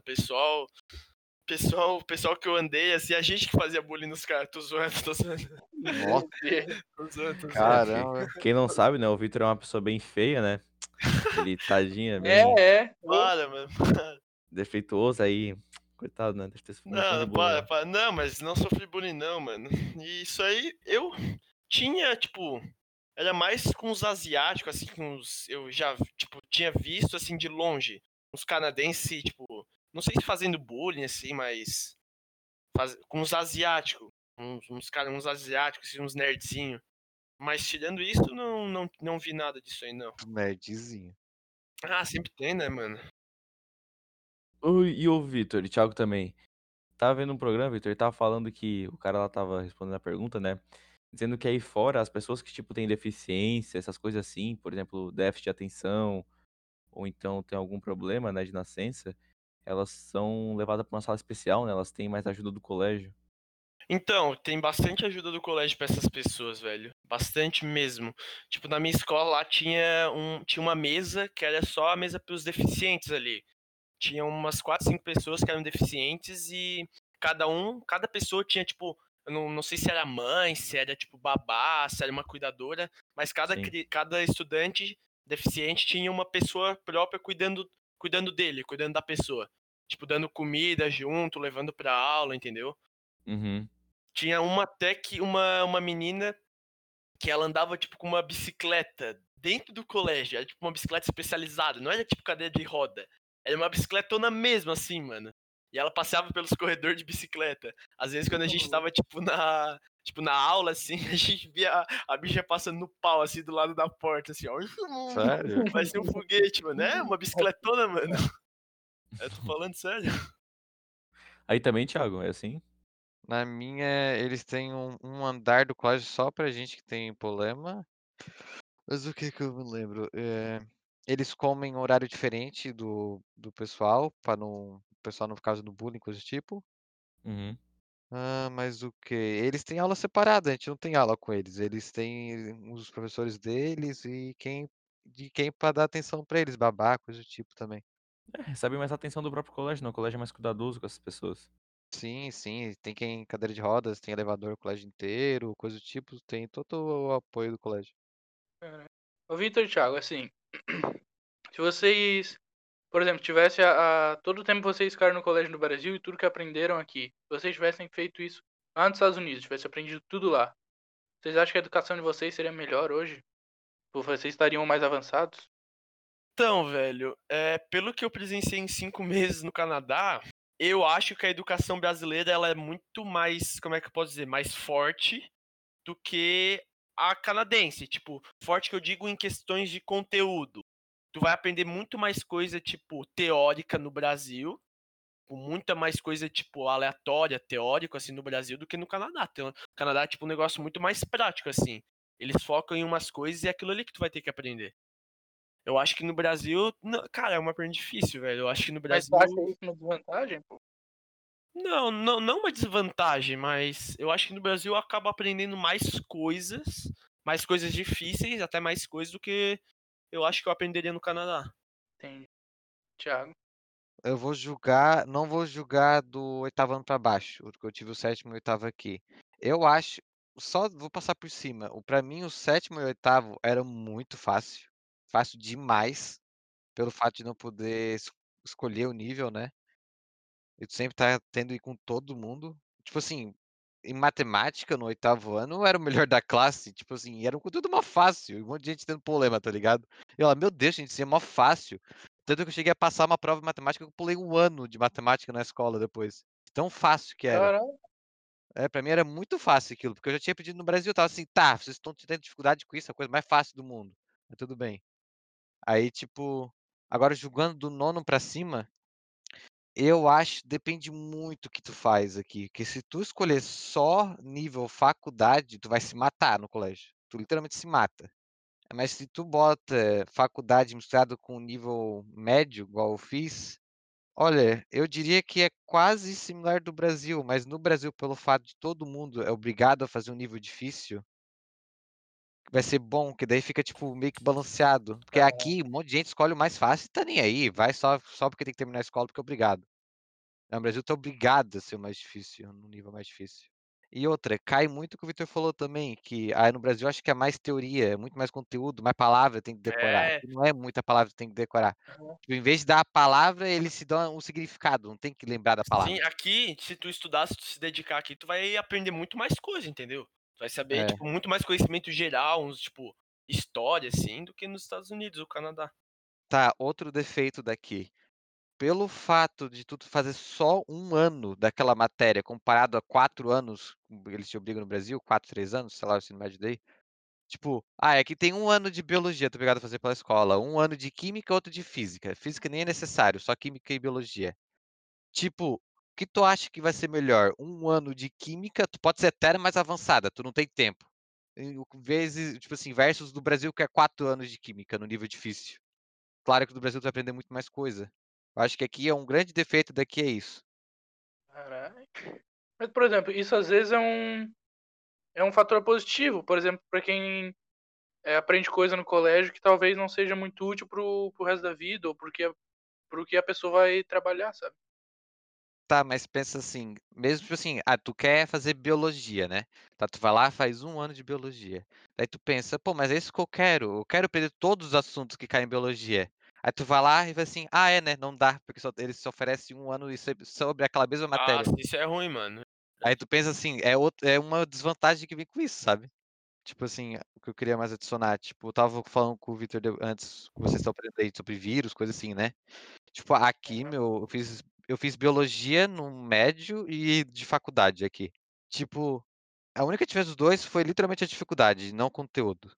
Pessoal que eu andei, assim, a gente que fazia bullying nos caras. Tô zoando. Nossa, Tô zoando. É, caramba. quem não sabe, né? O Victor é uma pessoa bem feia, né? Ele, tadinha, bem É. Para, mano. defeituoso aí. Coitado, né? Deve ter sofrido um monte de Não, bullying lá. para. Não, mas não sofri bullying não, mano. E isso aí, eu tinha, tipo, era mais com os asiáticos, assim, eu já, tipo, tinha visto, assim, de longe, os canadenses, tipo, não sei se fazendo bullying, assim, mas com os asiáticos, uns asiáticos, assim, uns nerdzinhos. Mas tirando isso, não vi nada disso aí, não. Nerdzinho. Ah, sempre tem, né, mano? E o Victor, e o Thiago também. Tava vendo um programa, Victor, ele tava falando que o cara lá tava respondendo a pergunta, né? Dizendo que aí fora, as pessoas que, tipo, têm deficiência, essas coisas assim, por exemplo, déficit de atenção, ou então tem algum problema, né, de nascença, elas são levadas pra uma sala especial, né? Elas têm mais ajuda do colégio. Então, tem bastante ajuda do colégio pra essas pessoas, velho. Bastante mesmo. Tipo, na minha escola lá tinha uma mesa que era só a mesa pros deficientes ali. Tinha umas 4, 5 pessoas que eram deficientes e cada pessoa tinha, tipo, eu não sei se era mãe, se era, tipo, babá, se era uma cuidadora, mas Sim. cada estudante deficiente tinha uma pessoa própria cuidando dele, cuidando da pessoa. Tipo, dando comida junto, levando pra aula, entendeu? Uhum. Tinha uma menina que ela andava, tipo, com uma bicicleta dentro do colégio. Era, tipo, uma bicicleta especializada. Não era, tipo, cadeira de roda. Era uma bicicletona mesmo, assim, mano. E ela passava pelos corredores de bicicleta. Às vezes, quando a gente tava, tipo, na aula, assim, a gente via a bicha passando no pau, assim, do lado da porta, assim, ó. Sério? Parecia um foguete, mano. É, uma bicicletona, mano. Eu tô falando sério. Aí também, Thiago, é assim? Na minha, eles têm um andar do colégio só pra gente que tem problema. Mas o que que eu me lembro? Eles comem em horário diferente do pessoal, para não, o pessoal não ficar fazendo bullying, coisa do tipo. Uhum. Mas o quê? Eles têm aula separada, a gente não tem aula com eles. Eles têm os professores deles e quem para dar atenção para eles, babá, coisa do tipo também. Recebe mais atenção do próprio colégio, não. O colégio é mais cuidadoso com essas pessoas. Sim, sim, tem quem cadeira de rodas, tem elevador o colégio inteiro, coisa do tipo, tem todo o apoio do colégio. Ô, Vitor e Thiago, assim, se vocês, por exemplo, tivesse todo o tempo vocês ficaram no colégio no Brasil e tudo que aprenderam aqui, se vocês tivessem feito isso lá nos Estados Unidos, tivessem aprendido tudo lá, vocês acham que a educação de vocês seria melhor hoje? Ou vocês estariam mais avançados? Então, velho, pelo que eu presenciei em 5 meses no Canadá, eu acho que a educação brasileira ela é muito mais, como é que eu posso dizer, mais forte do que a canadense. Tipo, forte que eu digo em questões de conteúdo. Tu vai aprender muito mais coisa, tipo, teórica no Brasil, com muita mais coisa, tipo, aleatória, teórico, assim, no Brasil do que no Canadá. No Canadá é, tipo, um negócio muito mais prático, assim. Eles focam em umas coisas e é aquilo ali que tu vai ter que aprender. Eu acho que no Brasil, cara, é uma perna difícil, velho. Eu acho que no Mas tu acha Brasil. isso uma desvantagem, pô? Não uma desvantagem, mas eu acho que no Brasil eu acabo aprendendo mais coisas difíceis, até mais coisas do que eu acho que eu aprenderia no Canadá. Entendi. Thiago. Eu não vou julgar do oitavo ano para baixo, porque eu tive o sétimo e o oitavo aqui. Eu acho, só vou passar por cima. Para mim, o sétimo e o oitavo era muito fácil, fácil demais, pelo fato de não poder escolher o nível, né? E tu sempre tá tendo ir com todo mundo. Tipo assim, em matemática, no oitavo ano, eu era o melhor da classe. Tipo assim, era um conteúdo mó fácil. E um monte de gente tendo problema, tá ligado? E ela, meu Deus, gente, isso é mó fácil. Tanto que eu cheguei a passar uma prova de matemática, eu pulei um ano de matemática na escola depois. Tão fácil que era. Caralho. Pra mim era muito fácil aquilo, porque eu já tinha pedido no Brasil, eu tava assim, tá, vocês estão tendo dificuldade com isso, é a coisa mais fácil do mundo. Mas tudo bem. Aí, tipo, agora julgando do nono pra cima, eu acho depende muito o que tu faz aqui, que se tu escolher só nível faculdade, tu vai se matar no colégio, tu literalmente se mata. Mas se tu bota faculdade misturado com nível médio, igual eu fiz, olha, eu diria que é quase similar do Brasil, mas no Brasil, pelo fato de todo mundo é obrigado a fazer um nível difícil, vai ser bom, que daí fica, tipo, meio que balanceado. Porque Ah, aqui um monte de gente escolhe o mais fácil e tá nem aí, vai só porque tem que terminar a escola, porque é obrigado. No Brasil tu é obrigado a ser o mais difícil, no nível mais difícil. E outra, cai muito o que o Victor falou também, que no Brasil acho que é mais teoria, é muito mais conteúdo, mais palavra tem que decorar. É, Aqui não é muita palavra que tem que decorar. aham. Tipo, em vez de dar a palavra, eles se dão um significado, não tem que lembrar da sim, palavra. aqui, se tu estudar, se tu se dedicar aqui, tu vai aprender muito mais coisa, entendeu? Tu vai saber, É. tipo, muito mais conhecimento geral, uns, tipo, história, assim, do que nos Estados Unidos, ou Canadá. Tá, outro defeito daqui. Pelo fato de tu fazer só um ano daquela matéria, comparado a 4 anos, eles te obrigam no Brasil, 4, 3 anos, sei lá, o ensino médio daí. Tipo, aqui tem um ano de biologia, tô obrigado a fazer pela escola, um ano de química, outro de física. Física nem é necessário, só química e biologia. Tipo, o que tu acha que vai ser melhor? Um ano de química, tu pode ser até mais avançada, tu não tem tempo. Vezes, tipo assim, versus do Brasil que é 4 anos de química no nível difícil. Claro que no Brasil tu vai aprender muito mais coisa. Eu acho que aqui é um grande defeito daqui é isso. Caralho. Mas, por exemplo, isso às vezes é um fator positivo. Por exemplo, para quem aprende coisa no colégio que talvez não seja muito útil pro resto da vida ou pro que a pessoa vai trabalhar, sabe? Tá, mas pensa assim, mesmo tipo assim, tu quer fazer biologia, né? Tá, tu vai lá, faz 1 ano de biologia. Daí tu pensa: "Pô, mas é isso que eu quero aprender todos os assuntos que caem em biologia". Aí tu vai lá e vai assim: "Ah, é, né, não dá, porque eles só oferecem 1 ano e sobre aquela mesma Ah, matéria". isso é ruim, mano. Aí tu pensa assim, é uma desvantagem que vem com isso, sabe? Tipo assim, o que eu queria mais adicionar, tipo, eu estava falando com o Vitor antes, que vocês estão aprendendo aí sobre vírus, coisa assim, né? Tipo, aqui, eu fiz biologia no médio e de faculdade aqui. Tipo, a única diferença dos 2 foi literalmente a dificuldade, não o conteúdo.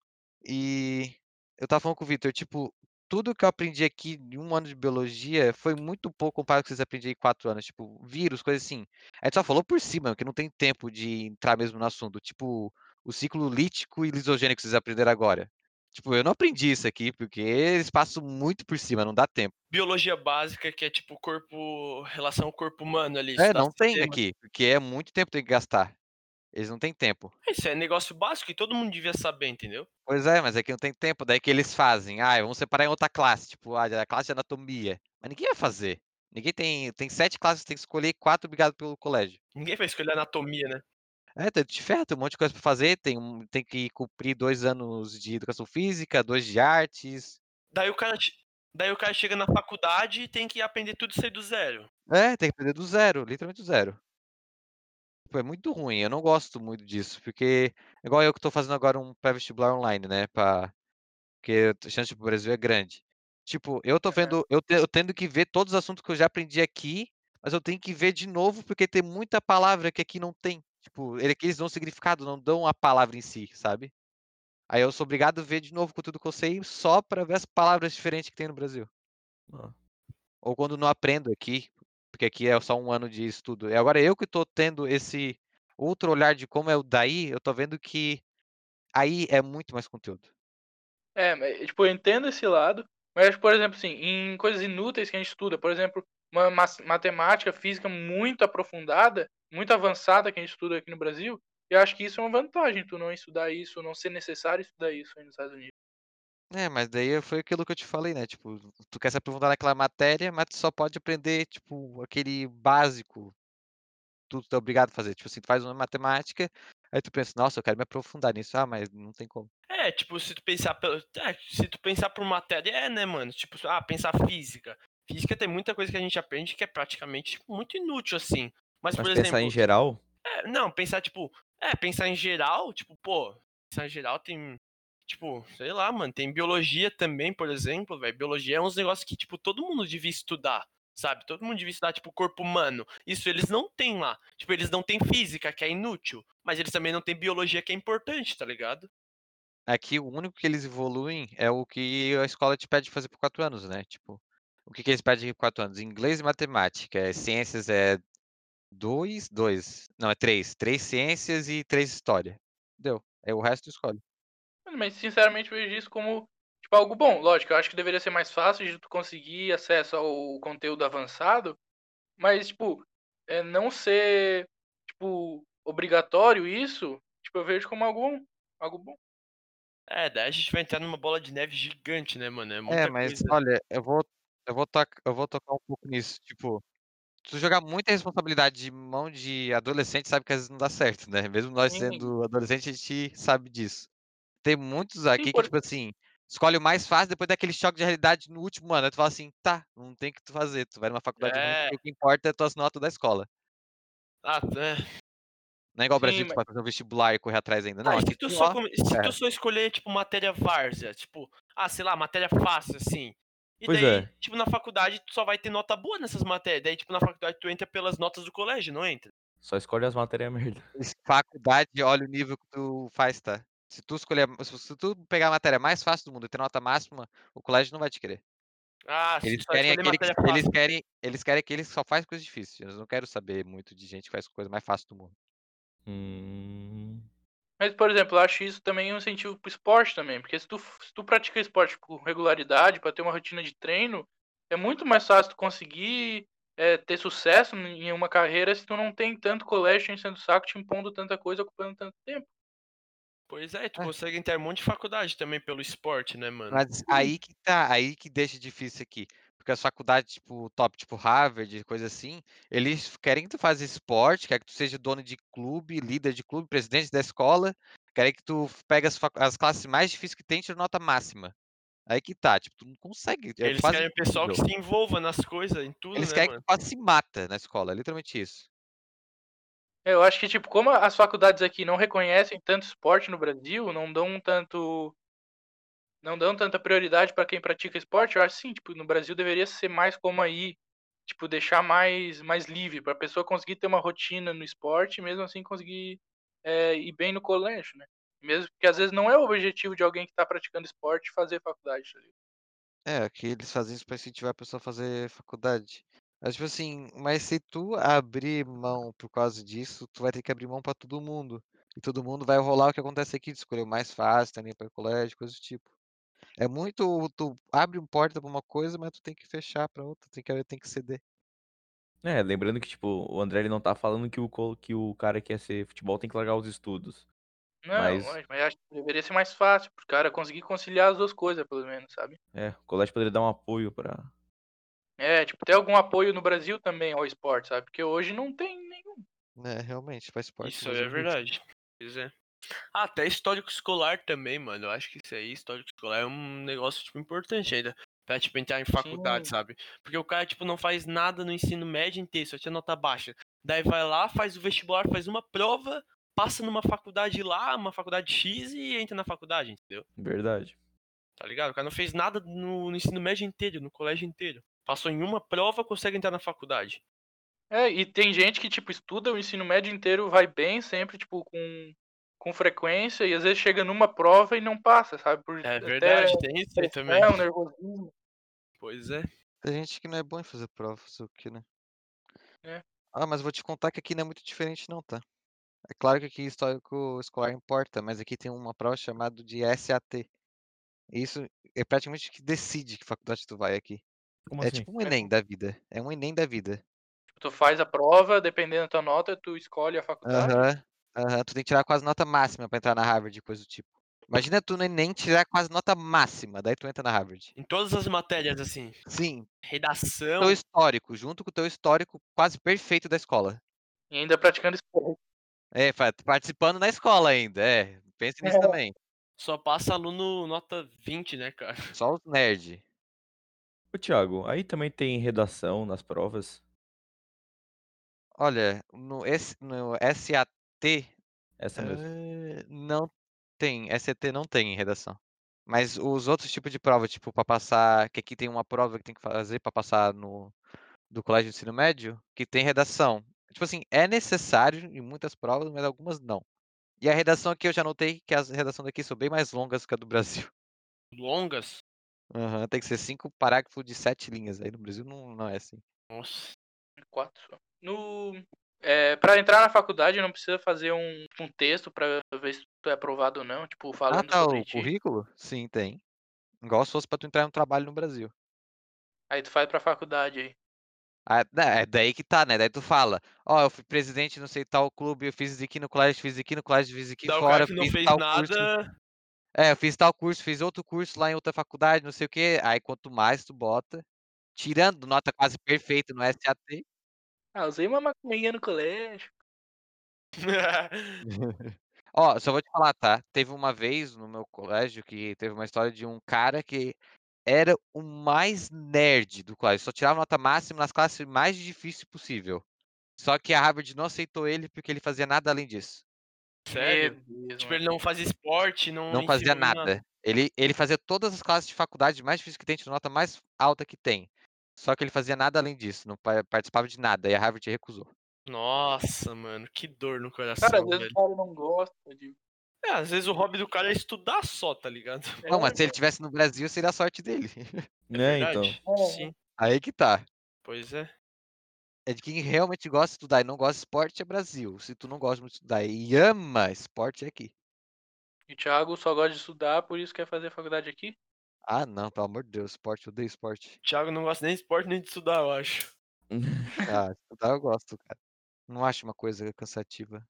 E eu estava falando com o Vitor, tipo, tudo que eu aprendi aqui em 1 ano de biologia foi muito pouco comparado com o que vocês aprendiam em 4 anos, tipo, vírus, coisa assim. A gente só falou por cima, que não tem tempo de entrar mesmo no assunto, tipo, o ciclo lítico e lisogênico que vocês aprenderam agora. Tipo, eu não aprendi isso aqui, porque eles passam muito por cima, não dá tempo. Biologia básica, que é tipo relação corpo humano ali, É, estudar não tem sistema. aqui, porque é muito tempo que tem que gastar. Eles não têm tempo. Isso é negócio básico e todo mundo devia saber, entendeu? Pois é, mas é que não tem tempo, daí que eles fazem, vamos separar em outra classe, tipo, a classe de anatomia, mas ninguém vai fazer. Ninguém tem 7 classes, tem que escolher 4 obrigado pelo colégio. Ninguém vai escolher anatomia, né? Tá de ferro, tem um monte de coisa pra fazer, tem que cumprir 2 anos de educação física, 2 de artes. Daí o cara, daí o cara chega na faculdade e tem que aprender tudo isso aí do zero. Tem que aprender do zero, literalmente do zero. Tipo, é muito ruim, eu não gosto muito disso, porque igual eu que tô fazendo agora um pré-vestibular online, né, porque a chance de ir para o Brasil é grande. Tipo, eu tô Aham. vendo eu tendo que ver todos os assuntos que eu já aprendi aqui, mas eu tenho que ver de novo, porque tem muita palavra que aqui não tem. Tipo, aqui eles dão significado, não dão a palavra em si, sabe. Aí eu sou obrigado a ver de novo com tudo que eu sei, só pra ver as palavras diferentes que tem no Brasil. Ah, Ou quando não aprendo aqui, porque aqui é só 1 ano de estudo. E agora eu que tô tendo esse outro olhar de como é o daí, eu tô vendo que aí é muito mais conteúdo. Mas, tipo, eu entendo esse lado, mas, por exemplo, assim, em coisas inúteis que a gente estuda, por exemplo, uma matemática, física muito aprofundada, muito avançada que a gente estuda aqui no Brasil, eu acho que isso é uma vantagem, tu não estudar isso, não ser necessário estudar isso aí nos Estados Unidos. Mas daí foi aquilo que eu te falei, né, tipo, tu quer se aprofundar naquela matéria, mas tu só pode aprender, tipo, aquele básico, tu é obrigado a fazer. Tipo assim, tu faz uma matemática, aí tu pensa: "Nossa, eu quero me aprofundar nisso". Mas não tem como. É, tipo, se tu pensar por matéria, né, mano? Tipo, pensar física. Física tem muita coisa que a gente aprende que é praticamente tipo, muito inútil, assim. Mas, mas por pensar em exemplo, geral, não, pensar, tipo, pensar em geral, tipo, pô, pensar em geral tem, tipo, sei lá, mano, tem biologia também, por exemplo, velho. Biologia é uns negócios que, tipo, todo mundo devia estudar, sabe? Todo mundo devia estudar, tipo, corpo humano. Isso eles não têm lá. Tipo, eles não têm física, que é inútil, mas eles também não têm biologia, que é importante, tá ligado? Aqui o único que eles evoluem é o que a escola te pede fazer por 4 anos, né, tipo, o que que eles pedem por 4 anos? Inglês e matemática, ciências é 2 não, é 3 ciências e 3 história. Deu, o resto tu escolhe. Mas, sinceramente, eu vejo isso como, tipo, algo bom. Lógico, eu acho que deveria ser mais fácil de tu conseguir acesso ao conteúdo avançado, mas, tipo, não ser, tipo, obrigatório isso, tipo, eu vejo como algo bom. Daí a gente vai entrar numa bola de neve gigante, né, mano? É muita Mas coisa. olha, eu vou tocar um pouco nisso, tipo, se tu jogar muita responsabilidade de mão de adolescente, sabe que às vezes não dá certo, né, mesmo nós Sim, sendo adolescente, a gente sabe disso. Tem muitos sim, aqui que, tipo assim, escolhe o mais fácil, depois daquele choque de realidade no último ano, aí tu fala assim: "Tá, não tem o que tu fazer, tu vai numa faculdade ruim, É. porque o que importa é tuas notas da escola". É. Não é igual ao sim, Brasil que tu mas, pode fazer um vestibular e correr atrás ainda, Ah, não, e aqui se tu tu, só, se tu ferra. só escolher, tipo, matéria várzea, tipo, sei lá, matéria fácil, assim. E pois daí, é, tipo, na faculdade tu só vai ter nota boa nessas matérias. Daí, tipo, na faculdade tu entra pelas notas do colégio, não entra? só escolhe as matérias merda. Faculdade, olha o nível que tu faz, tá. Se tu pegar a matéria mais fácil do mundo e ter nota máxima, o colégio não vai te querer. Ah, se Eles só querem escolher aquele que matéria eles fácil. querem eles querem aquele que só faz coisa difícil, eles não quero saber muito de gente que faz coisa mais fácil do mundo. Hum, por exemplo, eu acho isso também um incentivo pro esporte também, porque se tu pratica esporte com regularidade, para ter uma rotina de treino, é muito mais fácil tu conseguir ter sucesso em uma carreira se tu não tem tanto colégio enchendo o saco, te impondo tanta coisa, ocupando tanto tempo. Pois é, tu É. consegue entrar em um monte de faculdade também pelo esporte, né, mano? Mas aí que tá, aí que deixa difícil aqui. Porque porque as faculdades, tipo, top, tipo Harvard, coisa assim, eles querem que tu faça esporte, querem que tu seja dono de clube, líder de clube, presidente da escola, querem que tu pegue as classes mais difíceis que tem e tire nota máxima. Aí que tá, tipo, tu não consegue, é Eles quase querem o pessoal que impossível. se envolva nas coisas, em tudo, Eles né, querem que mano? tu quase se mata na escola, é literalmente isso. Eu acho que, tipo, como as faculdades aqui não reconhecem tanto esporte no Brasil, não dão tanta prioridade para quem pratica esporte, eu acho sim, tipo, no Brasil deveria ser mais como aí, tipo, deixar mais livre para a pessoa conseguir ter uma rotina no esporte e mesmo assim conseguir ir bem no colégio, né? Mesmo porque às vezes não é o objetivo de alguém que está praticando esporte fazer faculdade, tá ligado? É, aqui eles fazem isso pra incentivar a pessoa a fazer faculdade. Mas, tipo assim, mas se tu abrir mão por causa disso, tu vai ter que abrir mão pra todo mundo. E todo mundo vai rolar o que acontece aqui, de escolher o mais fácil, também para colégio, coisa do tipo. É muito, tu abre uma porta pra uma coisa, mas tu tem que fechar pra outra, tem que ceder. Lembrando que, tipo, o André ele não tá falando que o cara que quer ser futebol tem que largar os estudos. Não, Mas, mas acho que deveria ser mais fácil pro cara conseguir conciliar as duas coisas, pelo menos, sabe? o colégio poderia dar um apoio pra. É, tipo, ter algum apoio no Brasil também ao esporte, sabe? Porque hoje não tem nenhum. É, realmente, faz parte Isso no aí Brasil é não existe. verdade. Pois é. Ah, até histórico escolar também, mano. Eu acho que isso aí, histórico escolar, é um negócio, tipo, importante ainda. Pra, tipo, entrar em faculdade, Sim. sabe? Porque o cara, tipo, não faz nada no ensino médio inteiro, só tinha nota baixa. Daí vai lá, faz o vestibular, faz uma prova, passa numa faculdade lá, uma faculdade X e entra na faculdade, entendeu? Verdade. Tá ligado? O cara não fez nada no ensino médio inteiro, no colégio inteiro. Passou em uma prova, consegue entrar na faculdade. É, e tem gente que, tipo, estuda o ensino médio inteiro, vai bem sempre, tipo, com frequência, e às vezes chega numa prova e não passa, sabe? Por É até verdade, tem isso aí também. pressão, nervosismo, Pois é. Tem gente que não é bom em fazer prova, fazer o quê, né? né? Ah, mas vou te contar que aqui não é muito diferente não, tá? É claro que aqui histórico escolar importa, mas aqui tem uma prova chamada de SAT. Isso é praticamente o que decide que faculdade tu vai aqui. Como É assim? tipo um Enem da vida. É um Enem da vida. Tipo, tu faz a prova, dependendo da tua nota, tu escolhe a faculdade. Aham, aham. Tu tem que tirar quase nota máxima pra entrar na Harvard, coisa do tipo. Imagina tu no Enem tirar quase nota máxima, daí tu entra na Harvard. Em todas as matérias, assim. Sim, teu Redação. histórico, junto com o teu histórico quase perfeito da escola. E ainda praticando esporte. É, participando na escola ainda, pense nisso também. Só passa aluno nota 20, né, cara? Só os nerd. Ô, Thiago, aí também tem redação nas provas. Olha, no SAT, Essa mesmo. não tem, SAT não tem redação. Mas os outros tipos de prova, tipo, para passar, que aqui tem uma prova que tem que fazer para passar no do colégio de ensino médio, que tem redação. Tipo assim, é necessário em muitas provas, mas algumas não. E a redação aqui eu já notei que as redações daqui são bem mais longas que a do Brasil. Longas? Aham, tem que ser 5 parágrafos de 7 linhas. Aí no Brasil não é assim. Nossa. 4 só. Pra entrar na faculdade, não precisa fazer um texto pra ver se tu é aprovado ou não, tipo, Ah, falando tá, sobre o ti. currículo? Sim, tem. Igual se fosse pra tu entrar no trabalho no Brasil. Aí tu faz pra faculdade aí. Ah, é daí que tá, né? Daí tu fala, ó, eu fui presidente não sei tal clube, eu fiz isso aqui no colégio, fiz aqui no colégio, fiz aqui Daí o cara fora, que não fiz fez tal curso. nada. É, eu fiz tal curso, fiz outro curso lá em outra faculdade, não sei o quê. Aí quanto mais tu bota, tirando nota quase perfeita no SAT. Ah, usei uma maconhinha no colégio. Ó, só vou te falar, tá? Teve uma vez no meu colégio que teve uma história de um cara que era o mais nerd do colégio, só tirava nota máxima nas classes mais difíceis possível. Só que a Harvard não aceitou ele porque ele fazia nada além disso. Meu Sério? Deus, Tipo, mano. ele não fazia esporte, Não não se fazia envolvia em nada. nada. Ele fazia todas as classes de faculdade mais difíceis que tem, tirou nota mais alta que tem. Só que ele fazia nada além disso, não participava de nada, e a Harvard recusou. Nossa, mano, que dor no Cara, às coração, vezes o velho. cara não gosta de. É, às vezes o hobby do cara é estudar só, tá ligado? É, Não, mas se ele mano. tivesse no Brasil, seria a sorte dele. É Né, então. verdade? Sim, Aí que tá. pois é. É de quem realmente gosta de estudar e não gosta de esporte é Brasil. Se tu não gosta muito de estudar e ama esporte, é aqui. E o Thiago só gosta de estudar, por isso quer fazer faculdade aqui? Ah, não, pelo amor de Deus, esporte, eu odeio esporte. Thiago não gosta nem de esporte nem de estudar, eu acho. Ah, estudar eu gosto, cara. Não acho uma coisa cansativa.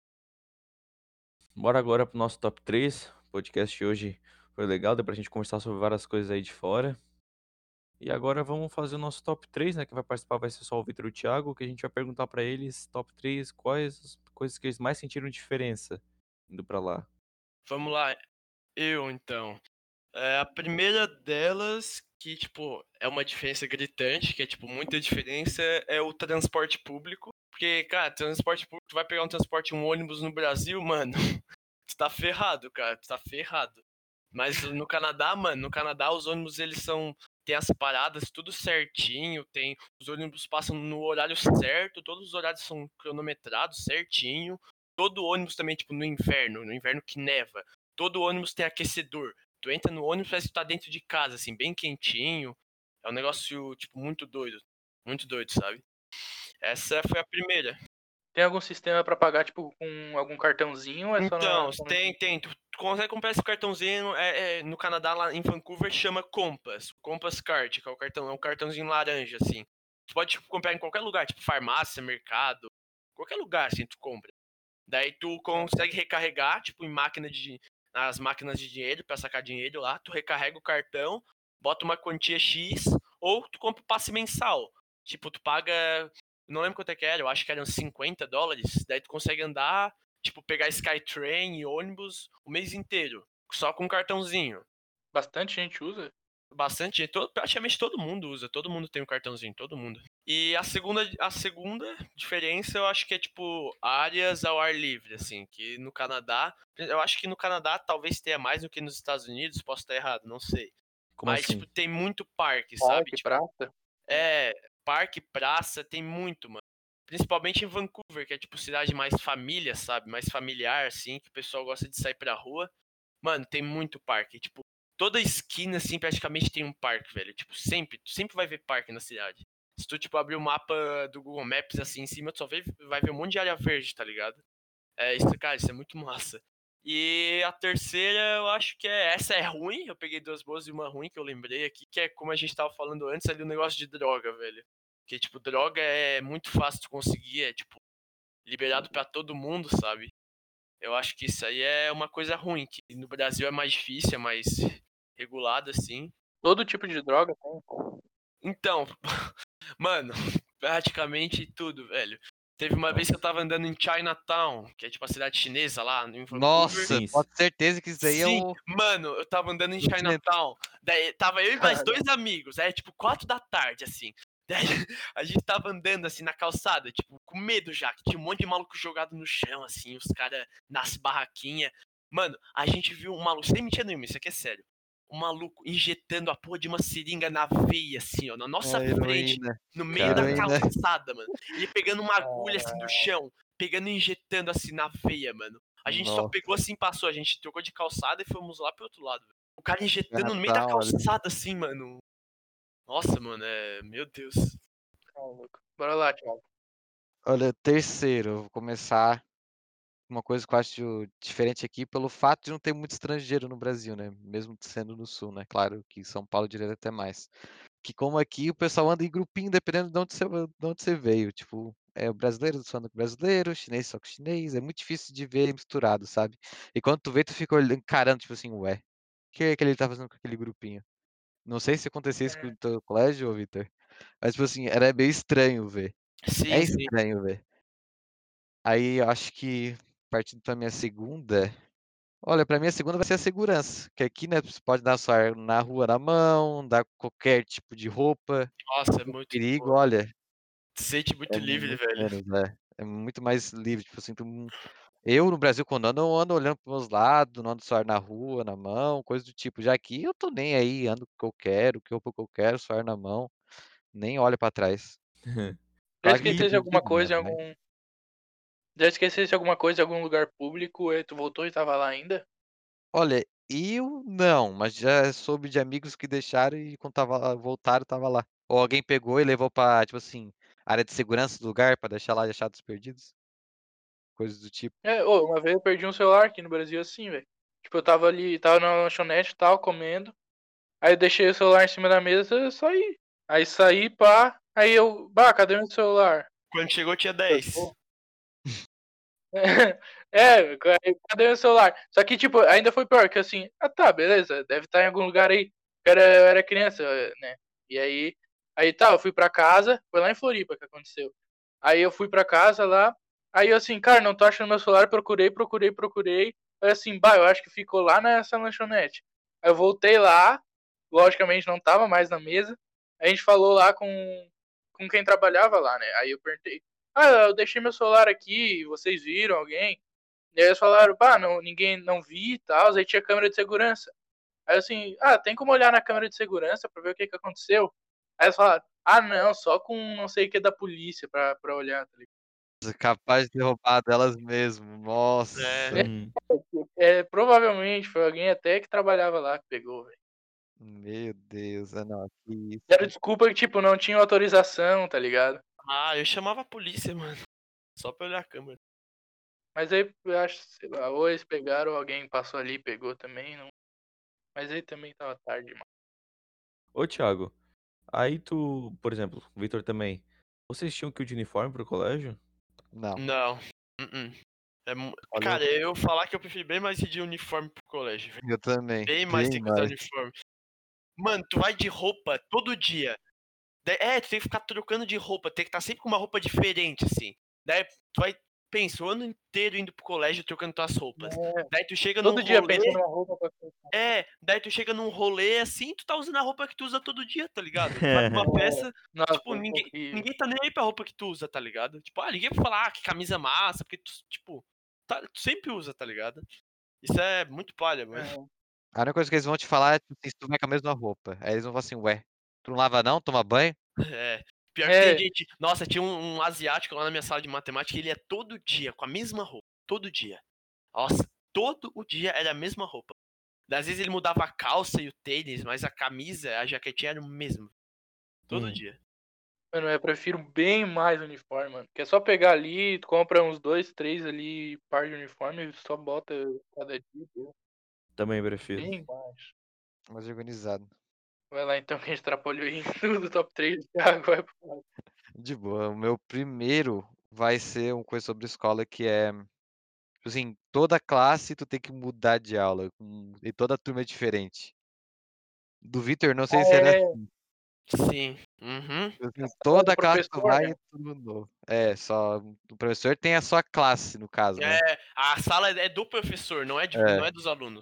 Bora agora pro nosso top 3. O podcast de hoje foi legal, deu pra gente conversar sobre várias coisas aí de fora. E agora vamos fazer o nosso top 3, né? Que vai participar vai ser só o Vitor e o Thiago, que a gente vai perguntar pra eles, top 3 quais as coisas que eles mais sentiram diferença indo pra lá. Vamos lá, eu então. A primeira delas, que, tipo, é uma diferença gritante, que é, tipo, muita diferença, é o transporte público. Porque, cara, transporte público, tu vai pegar um ônibus no Brasil, mano, tu tá ferrado, cara, tu tá ferrado. Mas no Canadá, mano, no Canadá os ônibus, eles são, tem as paradas tudo certinho, os ônibus passam no horário certo, todos os horários são cronometrados certinho. Todo ônibus também, tipo, no inverno que neva, todo ônibus tem aquecedor. Tu entra no ônibus, parece que tu tá dentro de casa, assim, bem quentinho. É um negócio, tipo, muito doido, sabe? Essa foi a primeira. Tem algum sistema pra pagar, tipo, com algum cartãozinho ou é só Então, só tem. Tu consegue comprar esse cartãozinho no Canadá, lá em Vancouver, chama Compass. Compass Card, que é é um cartãozinho laranja, assim. Tu pode tipo, comprar em qualquer lugar, tipo farmácia, mercado, qualquer lugar, assim, tu compra. Daí tu consegue recarregar, tipo, nas máquinas de dinheiro, pra sacar dinheiro lá, tu recarrega o cartão, bota uma quantia X, ou tu compra o passe mensal. Tipo, tu paga, não lembro quanto é que era, eu acho que eram $50, daí tu consegue andar, tipo, pegar Skytrain e ônibus o mês inteiro, só com um cartãozinho. Bastante gente usa? Bastante gente, praticamente todo mundo usa, todo mundo tem um cartãozinho, todo mundo. E a segunda diferença eu acho que é tipo áreas ao ar livre, assim, que no Canadá, eu acho que no Canadá talvez tenha mais do que nos Estados Unidos, posso estar errado, não sei. Como Mas, assim? tipo, tem muito parque, sabe? Parque, Tipo, praça? parque, praça, tem muito, mano. Principalmente em Vancouver, que é tipo cidade mais família, sabe? Mais familiar, assim, que o pessoal gosta de sair pra rua. Mano, tem muito parque. Tipo, toda esquina, assim, praticamente tem um parque, velho. Tipo, tu sempre vai ver parque na cidade. Se tu, tipo, abrir o mapa do Google Maps, assim, em cima, tu vai ver um monte de área verde, tá ligado? Cara, isso é muito massa. E a terceira, eu acho que essa é ruim. Eu peguei duas boas e uma ruim que eu lembrei aqui, que é como a gente tava falando antes ali, o negócio de droga, velho. Que, tipo, droga é muito fácil de conseguir, é, tipo, liberado pra todo mundo, sabe? Eu acho que isso aí é uma coisa ruim, que no Brasil é mais difícil, é mais regulado, assim. Todo tipo de droga tem. Então, mano, praticamente tudo, velho. Teve uma vez que eu tava andando em Chinatown, que é tipo a cidade chinesa lá em Vancouver. Nossa, Sim. pode ter certeza que isso aí é Sim, o. mano, eu tava andando em Chinatown. Daí tava eu e mais dois amigos, tipo 4 da tarde, assim. Daí a gente tava andando assim na calçada, tipo, com medo já, que tinha um monte de maluco jogado no chão, assim, os caras nas barraquinhas. Mano, a gente viu um maluco, sem mentira nenhuma, isso aqui é sério. Um maluco injetando a porra de uma seringa na veia, assim, ó, na nossa frente, Heroína. no meio da Heroína. calçada, mano. Ele pegando uma agulha assim do chão, pegando e injetando assim na veia, mano. A gente só Nossa, pegou assim, passou, a gente trocou de calçada e fomos lá pro outro lado. Velho. O cara injetando no meio da Natal, olha. calçada, assim, mano. Nossa, mano, meu Deus. Bora lá, Thiago. Olha, terceiro, eu vou começar uma coisa que eu acho diferente aqui pelo fato de não ter muito estrangeiro no Brasil, né? Mesmo sendo no sul, né? Claro que São Paulo direto até mais. Que como aqui o pessoal anda em grupinho, dependendo de onde você veio. Tipo, o brasileiro só anda com brasileiro, o chinês só com chinês. É muito difícil de ver misturado, sabe? E quando tu vê, tu fica olhando, encarando, tipo assim, ué, o que é que ele tá fazendo com aquele grupinho? Não sei se acontecia isso com o teu colégio, ô Vitor, mas, tipo assim, era meio estranho ver. É Sim, sim. estranho ver. Aí eu acho que, partindo pra minha segunda, olha, pra mim a segunda vai ser a segurança, que aqui, né, você pode dar sua arma na rua na mão, dar qualquer tipo de roupa, Nossa, é o muito. perigo, Pô, olha, te sente é muito livre, muito velho. menos, né, é muito mais livre, tipo assim, eu no Brasil quando ando, eu ando olhando para os meus lados, não ando só na rua, na mão, coisa do tipo, já aqui eu tô nem aí, ando o que eu quero, que roupa que eu quero, só na mão, nem olho pra trás. Já Claro que tem esquecesse alguma perigo, né, coisa em mas algum. Já esquecesse alguma coisa em algum lugar público e tu voltou e tava lá ainda? olha, eu não, mas já soube de amigos que deixaram e quando estava lá voltaram, estava lá. Ou alguém pegou e levou pra, tipo assim, área de segurança do lugar pra deixar lá e achados perdidos, coisas do tipo. Uma vez eu perdi um celular aqui no Brasil assim, velho. Tipo, eu tava ali, tava na lanchonete e tal, comendo. Aí eu deixei o celular em cima da mesa e saí. Aí saí, pá. Aí eu, cadê meu celular? Quando chegou tinha Eu, 10. pô. Cadê meu celular? Só que, tipo, ainda foi pior, que assim, tá, beleza, deve estar em algum lugar aí. Eu era criança, né? E aí tá, eu fui pra casa, foi lá em Floripa que aconteceu. Aí eu fui pra casa lá, aí eu assim, cara, não tô achando meu celular, procurei. Aí assim, bah, eu acho que ficou lá nessa lanchonete. Aí eu voltei lá, logicamente não tava mais na mesa. A gente falou lá com quem trabalhava lá, né? Aí eu perguntei, eu deixei meu celular aqui, vocês viram alguém? E aí eles falaram, pá, não, ninguém não vi e tal, aí tinha câmera de segurança. Aí eu assim, tem como olhar na câmera de segurança pra ver o que aconteceu? Aí eles falaram, não, só com não sei o que da polícia pra olhar, tá ligado? Capaz de ter roubado elas mesmo. Nossa. É. Provavelmente foi alguém até que trabalhava lá que pegou, velho. Meu Deus, não, que isso. Deram desculpa que, tipo, não tinha autorização, tá ligado? Eu chamava a polícia, mano. Só pra olhar a câmera. Mas aí eu acho, sei lá, ou eles pegaram, ou alguém passou ali e pegou também, não. Mas aí também tava tarde demais. Ô, Thiago, aí tu, por exemplo, o Vitor também, vocês tinham que ir de uniforme pro colégio? Não. Não. Uh-uh. Olha, Cara, eu falar que eu prefiro bem mais ir de uniforme pro colégio, velho. eu também. Bem mais Bem ter que usar mais. uniforme. Mano, tu vai de roupa todo dia. Tu tem que ficar trocando de roupa, tem que estar sempre com uma roupa diferente, assim. Daí tu vai, pensa, o ano inteiro indo pro colégio trocando tuas roupas. Daí tu chega num Todo dia rolê. pensando numa roupa pra Daí tu chega num rolê assim, tu tá usando a roupa que tu usa todo dia, tá ligado? Tu vai pra uma festa, Nossa, tipo, ninguém tá nem aí pra roupa que tu usa, tá ligado? Tipo, ninguém vai falar, que camisa massa, porque tu, tipo, tu sempre usa, tá ligado? Isso é muito palha, mano. A única coisa que eles vão te falar é tipo, se tu vai com a mesma roupa. Aí eles vão falar assim, ué, tu não lava não? Toma banho? É. Pior que tem gente. Nossa, tinha um asiático lá na minha sala de matemática, ele ia todo dia com a mesma roupa. Todo dia. Nossa, todo o dia era a mesma roupa. Às vezes ele mudava a calça e o tênis, mas a camisa, a jaquetinha era o mesmo. Todo dia. Mano, eu prefiro bem mais uniforme, mano. Que é só pegar ali, tu compra uns 2, 3 ali, par de uniforme e só bota cada dia. Entendeu? Também prefiro. Bem mais. Mais organizado. Vai lá então que a gente atrapalhou aí tudo, top 3 do Thiago. Vai pro... De boa. O meu primeiro vai ser uma coisa sobre escola que é, tipo assim, toda classe tu tem que mudar de aula. E toda turma é diferente. Do Vitor, não sei se era É, Sim. Uhum. assim, essa coisa toda do classe tu professor, vai né? e tudo novo. É, só o professor tem a sua classe, no caso, né? A sala é do professor, não É. não é dos alunos.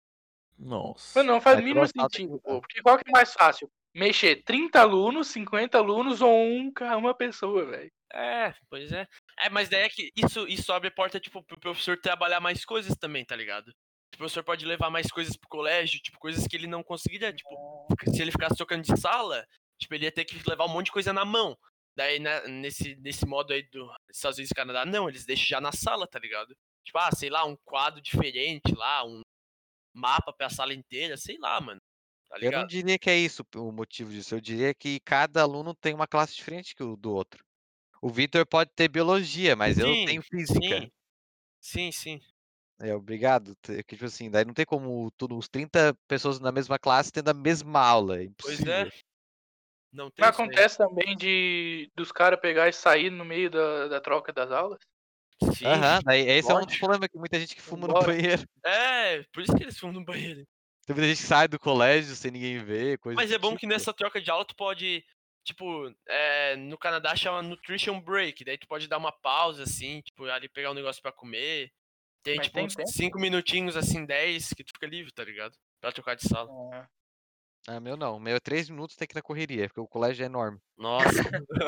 Nossa. Mano, não faz o Aí toda mínimo sala tem que sentido, mudar. pô. Porque qual que é mais fácil? Mexer 30 alunos, 50 alunos ou uma pessoa, velho? Pois é. Mas daí é que isso abre a porta, tipo, pro professor trabalhar mais coisas também, tá ligado? O professor pode levar mais coisas pro colégio, tipo, coisas que ele não conseguiria, tipo, se ele ficasse trocando de sala, tipo, ele ia ter que levar um monte de coisa na mão. Daí, né, nesse modo aí dos Estados Unidos e Canadá, não, eles deixam já na sala, tá ligado? Tipo, sei lá, um quadro diferente lá, um mapa pra sala inteira, sei lá, mano. Tá Eu não ligado? diria que é isso o motivo disso. Eu diria que cada aluno tem uma classe diferente que o do outro. O Vitor pode ter biologia, mas eu Sim, tenho física. sim, sim, sim. Obrigado. Que, tipo assim, daí não tem como os 30 pessoas na mesma classe tendo a mesma aula. É Pois é, impossível. não tem Mas isso aí. acontece também dos caras pegar e sair no meio da troca das aulas. Sim, Aham, daí esse é um dos lógico. problemas que muita gente que fuma no Embora. banheiro. Por isso que eles fumam no banheiro. Tem muita gente que sai do colégio sem ninguém ver, coisa Mas do é bom que tipo. nessa troca de aula tu pode, tipo, no Canadá chama nutrition break, daí tu pode dar uma pausa, assim, tipo, ali pegar um negócio pra comer. Tem, Mas tipo, tem uns tempo. 5 minutinhos, assim, 10, que tu fica livre, tá ligado? Pra trocar de sala. É. Ah, meu não. Meu é 3 minutos tem que ir na correria, porque o colégio é enorme. Nossa.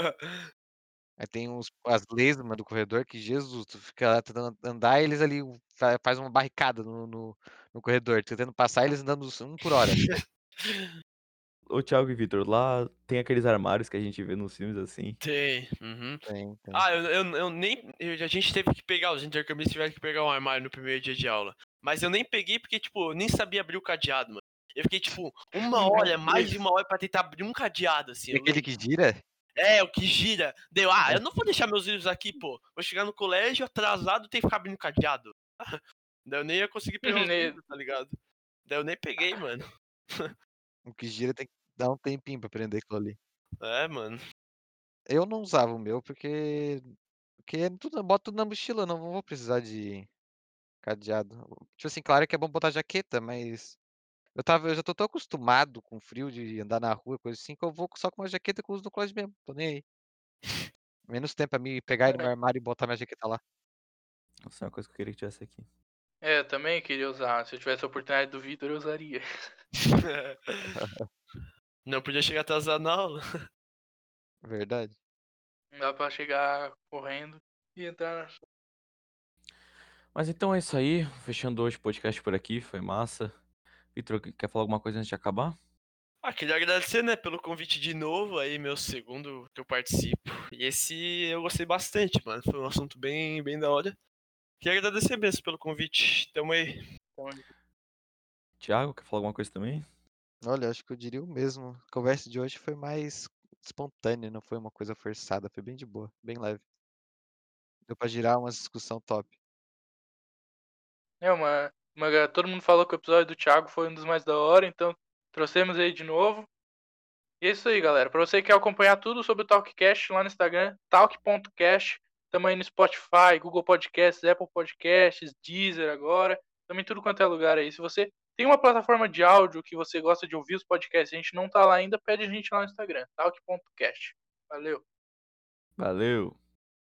Aí tem as lesmas do corredor que, Jesus, tu fica lá tentando andar e eles ali faz uma barricada no corredor, tentando passar eles andando 1 por hora. Ô, Thiago e Vitor, lá tem aqueles armários que a gente vê nos filmes assim. Tem. Uhum. Tem. Eu nem. A gente teve que pegar, os intercambistas tiveram que pegar um armário no primeiro dia de aula. Mas eu nem peguei porque, tipo, eu nem sabia abrir o cadeado, mano. Eu fiquei, tipo, uma hora, mais de uma hora pra tentar abrir um cadeado, assim, E eu aquele lembro. que gira? O que gira. Eu não vou deixar meus livros aqui, pô. Vou chegar no colégio atrasado, tem que ficar abrindo cadeado. Daí eu nem ia conseguir pegar os livros, tá ligado? Daí eu nem peguei, mano. O que gira tem que dar um tempinho pra aprender aquilo ali. Mano. Eu não usava o meu porque boto tudo na mochila, não vou precisar de cadeado. Tipo assim, claro que é bom botar jaqueta, mas Eu já tô tão acostumado com frio de andar na rua, coisa assim, que eu vou só com uma jaqueta que eu uso no closet mesmo, tô nem aí. Menos tempo pra mim pegar ir no meu armário e botar minha jaqueta lá. Nossa, é uma coisa que eu queria que tivesse aqui. Eu também queria usar. Se eu tivesse a oportunidade do Vitor, eu usaria. Não podia chegar atrasado na aula. Verdade. Não dá pra chegar correndo e entrar na... Mas então é isso aí. Fechando hoje o podcast por aqui. Foi massa. Vitor, quer falar alguma coisa antes de acabar? Queria agradecer, né, pelo convite de novo, aí meu segundo que eu participo. E esse eu gostei bastante, mano. Foi um assunto bem da hora. Queria agradecer mesmo pelo convite. Tamo aí. Thiago, quer falar alguma coisa também? Olha, acho que eu diria o mesmo. A conversa de hoje foi mais espontânea, não foi uma coisa forçada, foi bem de boa, bem leve. Deu pra girar uma discussão top. Todo mundo falou que o episódio do Thiago foi um dos mais da hora, então trouxemos aí de novo. E é isso aí, galera. Pra você que quer acompanhar tudo sobre o Talkcast lá no Instagram, talk.cast. Tamo aí no Spotify, Google Podcasts, Apple Podcasts, Deezer agora. Também tudo quanto é lugar aí. Se você tem uma plataforma de áudio que você gosta de ouvir os podcasts e a gente não tá lá ainda, pede a gente lá no Instagram, talk.cast. Valeu. Valeu!